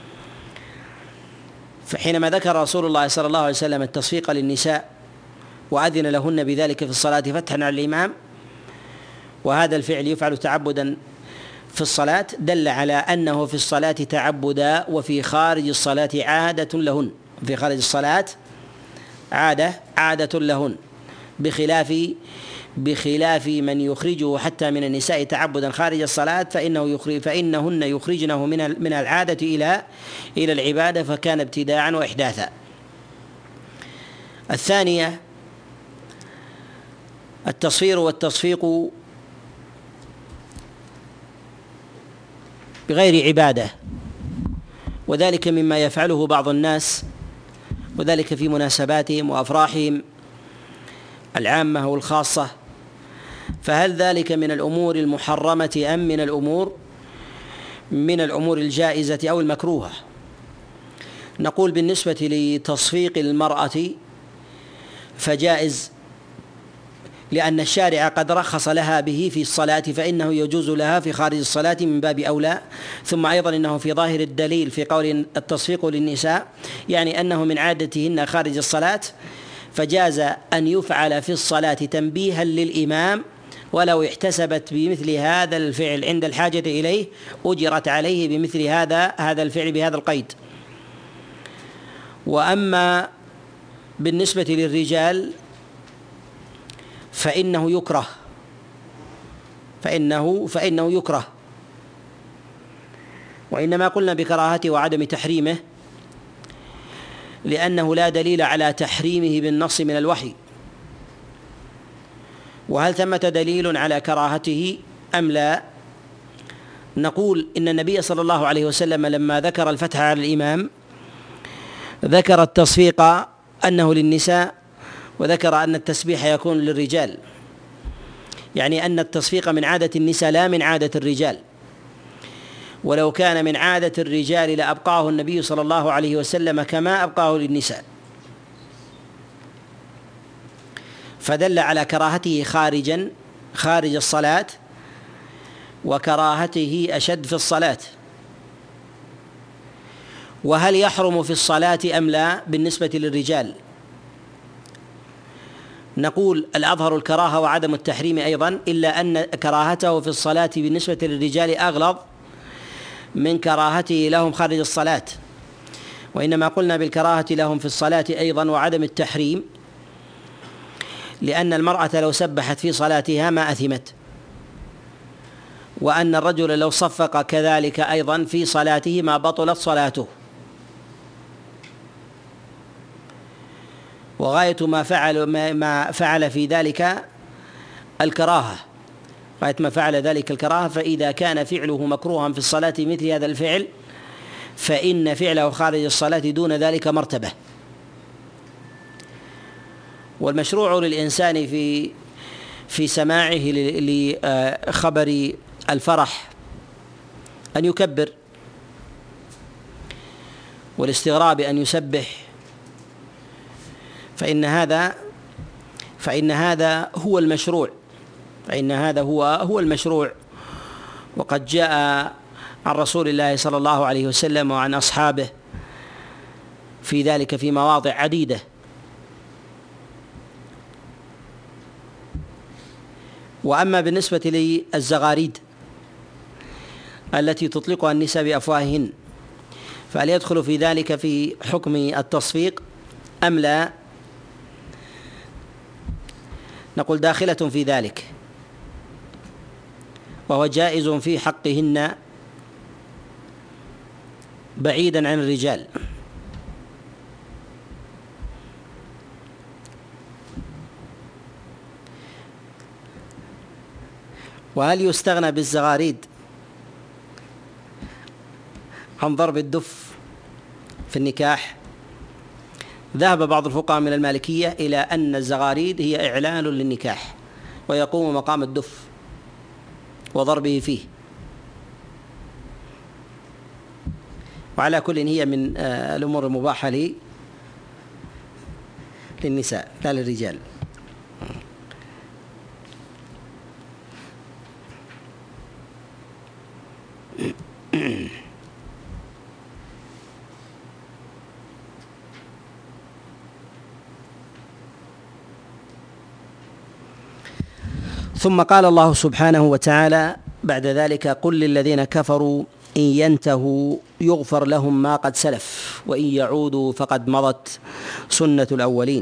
فحينما ذكر رسول الله صلى الله عليه وسلم التصفيق للنساء وأذن لهن بذلك في الصلاة فتحا على الإمام، وهذا الفعل يفعل تعبدا في الصلاة، دل على أنه في الصلاة تعبدا، وفي خارج الصلاة عادة لهن في خارج الصلاة عادة عادة لهن بخلاف بخلاف من يخرجه حتى من النساء تعبدا خارج الصلاة، فإنه يخرج فإنهن يخرجنه من من العادة إلى إلى العبادة، فكان ابتداعا وإحداثا. الثانية التصفير والتصفيق بغير عبادة، وذلك مما يفعله بعض الناس، وذلك في مناسباتهم وأفراحهم العامة والخاصة. فهل ذلك من الأمور المحرمة أم من الأمور من الأمور الجائزة أو المكروهة؟ نقول بالنسبة لتصفيق المرأة فجائز لأن الشارع قد رخص لها به في الصلاة فإنه يجوز لها في خارج الصلاة من باب أولى. ثم أيضا إنه في ظاهر الدليل في قول التصفيق للنساء يعني أنه من عادتهن خارج الصلاة، فجاز أن يفعل في الصلاة تنبيها للإمام، ولو احتسبت بمثل هذا الفعل عند الحاجة إليه أجرت عليه بمثل هذا هذا الفعل بهذا القيد. وأما بالنسبة للرجال فإنه يكره فإنه فإنه يكره وإنما قلنا بكراهته وعدم تحريمه لأنه لا دليل على تحريمه بالنص من الوحي. وهل ثمة دليل على كراهته أم لا؟ نقول إن النبي صلى الله عليه وسلم لما ذكر الفتح على الإمام ذكر التصفيق أنه للنساء، وذكر أن التسبيح يكون للرجال، يعني أن التصفيق من عادة النساء لا من عادة الرجال. ولو كان من عادة الرجال لأبقاه النبي صلى الله عليه وسلم كما أبقاه للنساء، فدل على كراهته خارجا خارج الصلاة وكراهته أشد في الصلاة. وهل يحرم في الصلاة أم لا بالنسبة للرجال؟ نقول الأظهر الكراهة وعدم التحريم أيضا، إلا أن كراهته في الصلاة بالنسبة للرجال أغلظ من كراهته لهم خارج الصلاة. وإنما قلنا بالكراهة لهم في الصلاة أيضا وعدم التحريم لأن المرأة لو سبحت في صلاتها ما أثمت، وأن الرجل لو صفق كذلك أيضا في صلاته ما بطلت صلاته. وغاية ما فعل ما فعل في ذلك الكراهة، غاية ما فعل ذلك الكراهة. فإذا كان فعله مكروها في الصلاة مثل هذا الفعل فإن فعله خارج الصلاة دون ذلك مرتبة. والمشروع للإنسان في في سماعه لخبر الفرح أن يكبر، والاستغراب أن يسبح، فإن هذا فإن هذا هو المشروع فإن هذا هو هو المشروع. وقد جاء عن رسول الله صلى الله عليه وسلم وعن أصحابه في ذلك في مواضع عديدة. وأما بالنسبة للزغاريد التي تطلقها النساء بأفواههن فهل يدخل في ذلك في حكم التصفيق أم لا؟ نقول داخلة في ذلك، وهو جائز في حقهن بعيدا عن الرجال. وهل يستغنى بالزغاريد عن ضرب الدف في النكاح؟ ذهب بعض الفقهاء من المالكية إلى أن الزغاريد هي إعلان للنكاح ويقوم مقام الدف وضربه فيه، وعلى كل هي من الأمور المباحة للنساء لا للرجال. ثم قال الله سبحانه وتعالى بعد ذلك: قل للذين كفروا إن ينتهوا يغفر لهم ما قد سلف وإن يعودوا فقد مضت سنة الأولين.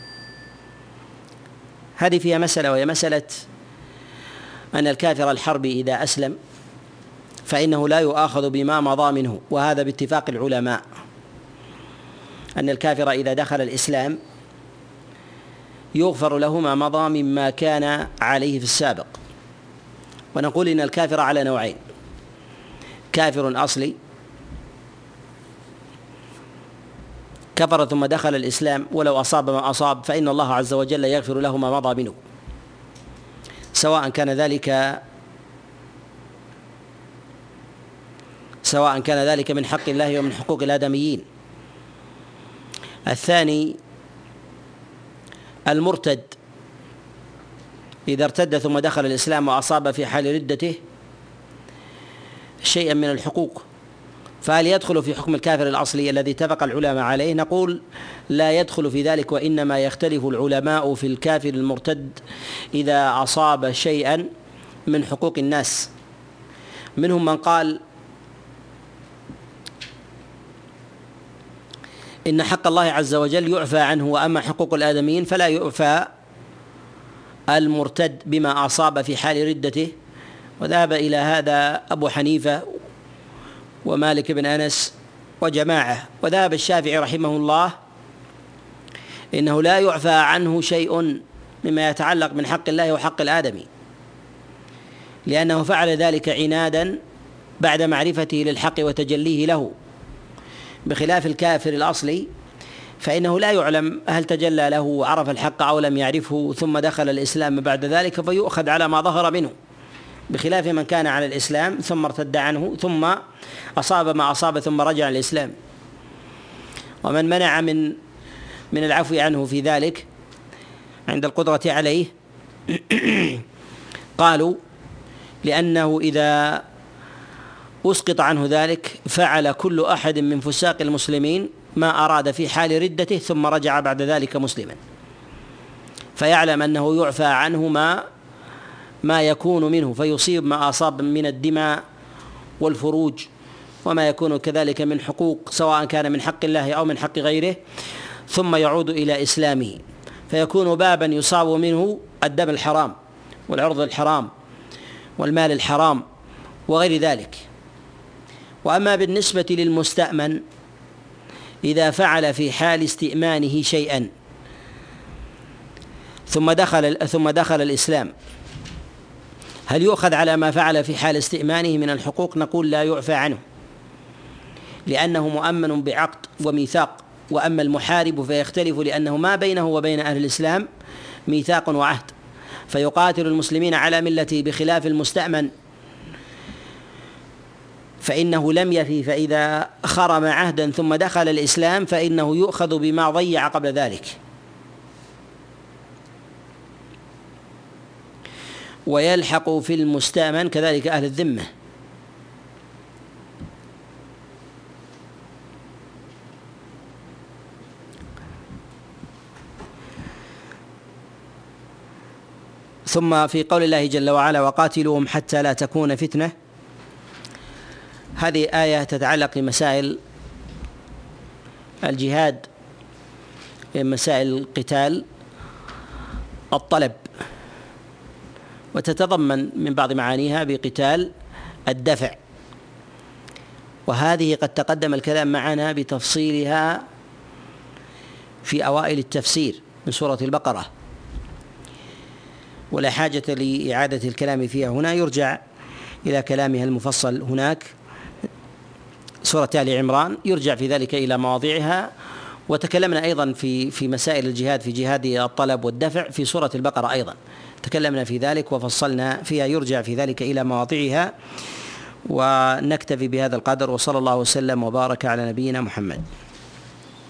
هذه فيها مسألة، وهي مسألة أن الكافر الحربي إذا أسلم فإنه لا يؤاخذ بما مضى منه، وهذا باتفاق العلماء أن الكافر إذا دخل الإسلام يغفر له ما مضى مما كان عليه في السابق. ونقول إن الكافر على نوعين: كافر أصلي كفر ثم دخل الإسلام ولو أصاب ما أصاب فإن الله عز وجل يغفر له ما مضى منه، سواء كان ذلك سواء كان ذلك من حق الله ومن حقوق الآدميين. الثاني المرتد إذا ارتد ثم دخل الإسلام وأصاب في حال ردته شيئا من الحقوق، فهل يدخل في حكم الكافر الأصلي الذي اتفق العلماء عليه؟ نقول لا يدخل في ذلك، وإنما يختلف العلماء في الكافر المرتد إذا أصاب شيئا من حقوق الناس. منهم من قال إن حق الله عز وجل يعفى عنه، وأما حقوق الآدميين فلا يعفى المرتد بما أصاب في حال ردته، وذهب إلى هذا أبو حنيفة ومالك بن أنس وجماعة. وذهب الشافعي رحمه الله إنه لا يعفى عنه شيء مما يتعلق من حق الله وحق الآدمي، لأنه فعل ذلك عنادا بعد معرفته للحق وتجليه له، بخلاف الكافر الأصلي فإنه لا يعلم هل تجلى له وعرف الحق أو لم يعرفه ثم دخل الإسلام بعد ذلك، فيؤخذ على ما ظهر منه، بخلاف من كان على الإسلام ثم ارتد عنه ثم أصاب ما أصاب ثم رجع الإسلام. ومن منع من من العفو عنه في ذلك عند القدرة عليه قالوا لأنه إذا أسقط عنه ذلك فعل كل أحد من فساق المسلمين ما أراد في حال ردته ثم رجع بعد ذلك مسلما، فيعلم أنه يعفى عنه ما ما يكون منه، فيصيب ما أصاب من الدماء والفروج وما يكون كذلك من حقوق، سواء كان من حق الله أو من حق غيره، ثم يعود إلى إسلامه، فيكون بابا يصاب منه الدم الحرام والعرض الحرام والمال الحرام وغير ذلك. وأما بالنسبة للمستأمن إذا فعل في حال استئمانه شيئا ثم دخل ثم دخل الإسلام، هل يؤخذ على ما فعل في حال استئمانه من الحقوق؟ نقول لا يعفى عنه، لأنه مؤمن بعقد وميثاق. وأما المحارب فيختلف، لأنه ما بينه وبين أهل الإسلام ميثاق وعهد، فيقاتل المسلمين على ملته، بخلاف المستأمن فإنه لم يفي، فإذا خرم عهدا ثم دخل الإسلام فإنه يؤخذ بما ضيع قبل ذلك. ويلحق في المستأمن كذلك أهل الذمة. ثم في قول الله جل وعلا وقاتلوهم حتى لا تكون فتنة، هذه آية تتعلق بمسائل الجهاد، مسائل القتال، الطلب، وتتضمن من بعض معانيها بقتال الدفع، وهذه قد تقدم الكلام معنا بتفصيلها في أوائل التفسير من سورة البقرة، ولا حاجة لإعادة الكلام فيها هنا، يرجع إلى كلامها المفصل هناك. سورة آل عمران يرجع في ذلك إلى مواضعها، وتكلمنا أيضا في في مسائل الجهاد، في جهاد الطلب والدفع في سورة البقرة أيضا تكلمنا في ذلك وفصلنا فيها، يرجع في ذلك إلى مواضعها. ونكتفي بهذا القدر، وصلى الله وسلم وبارك على نبينا محمد.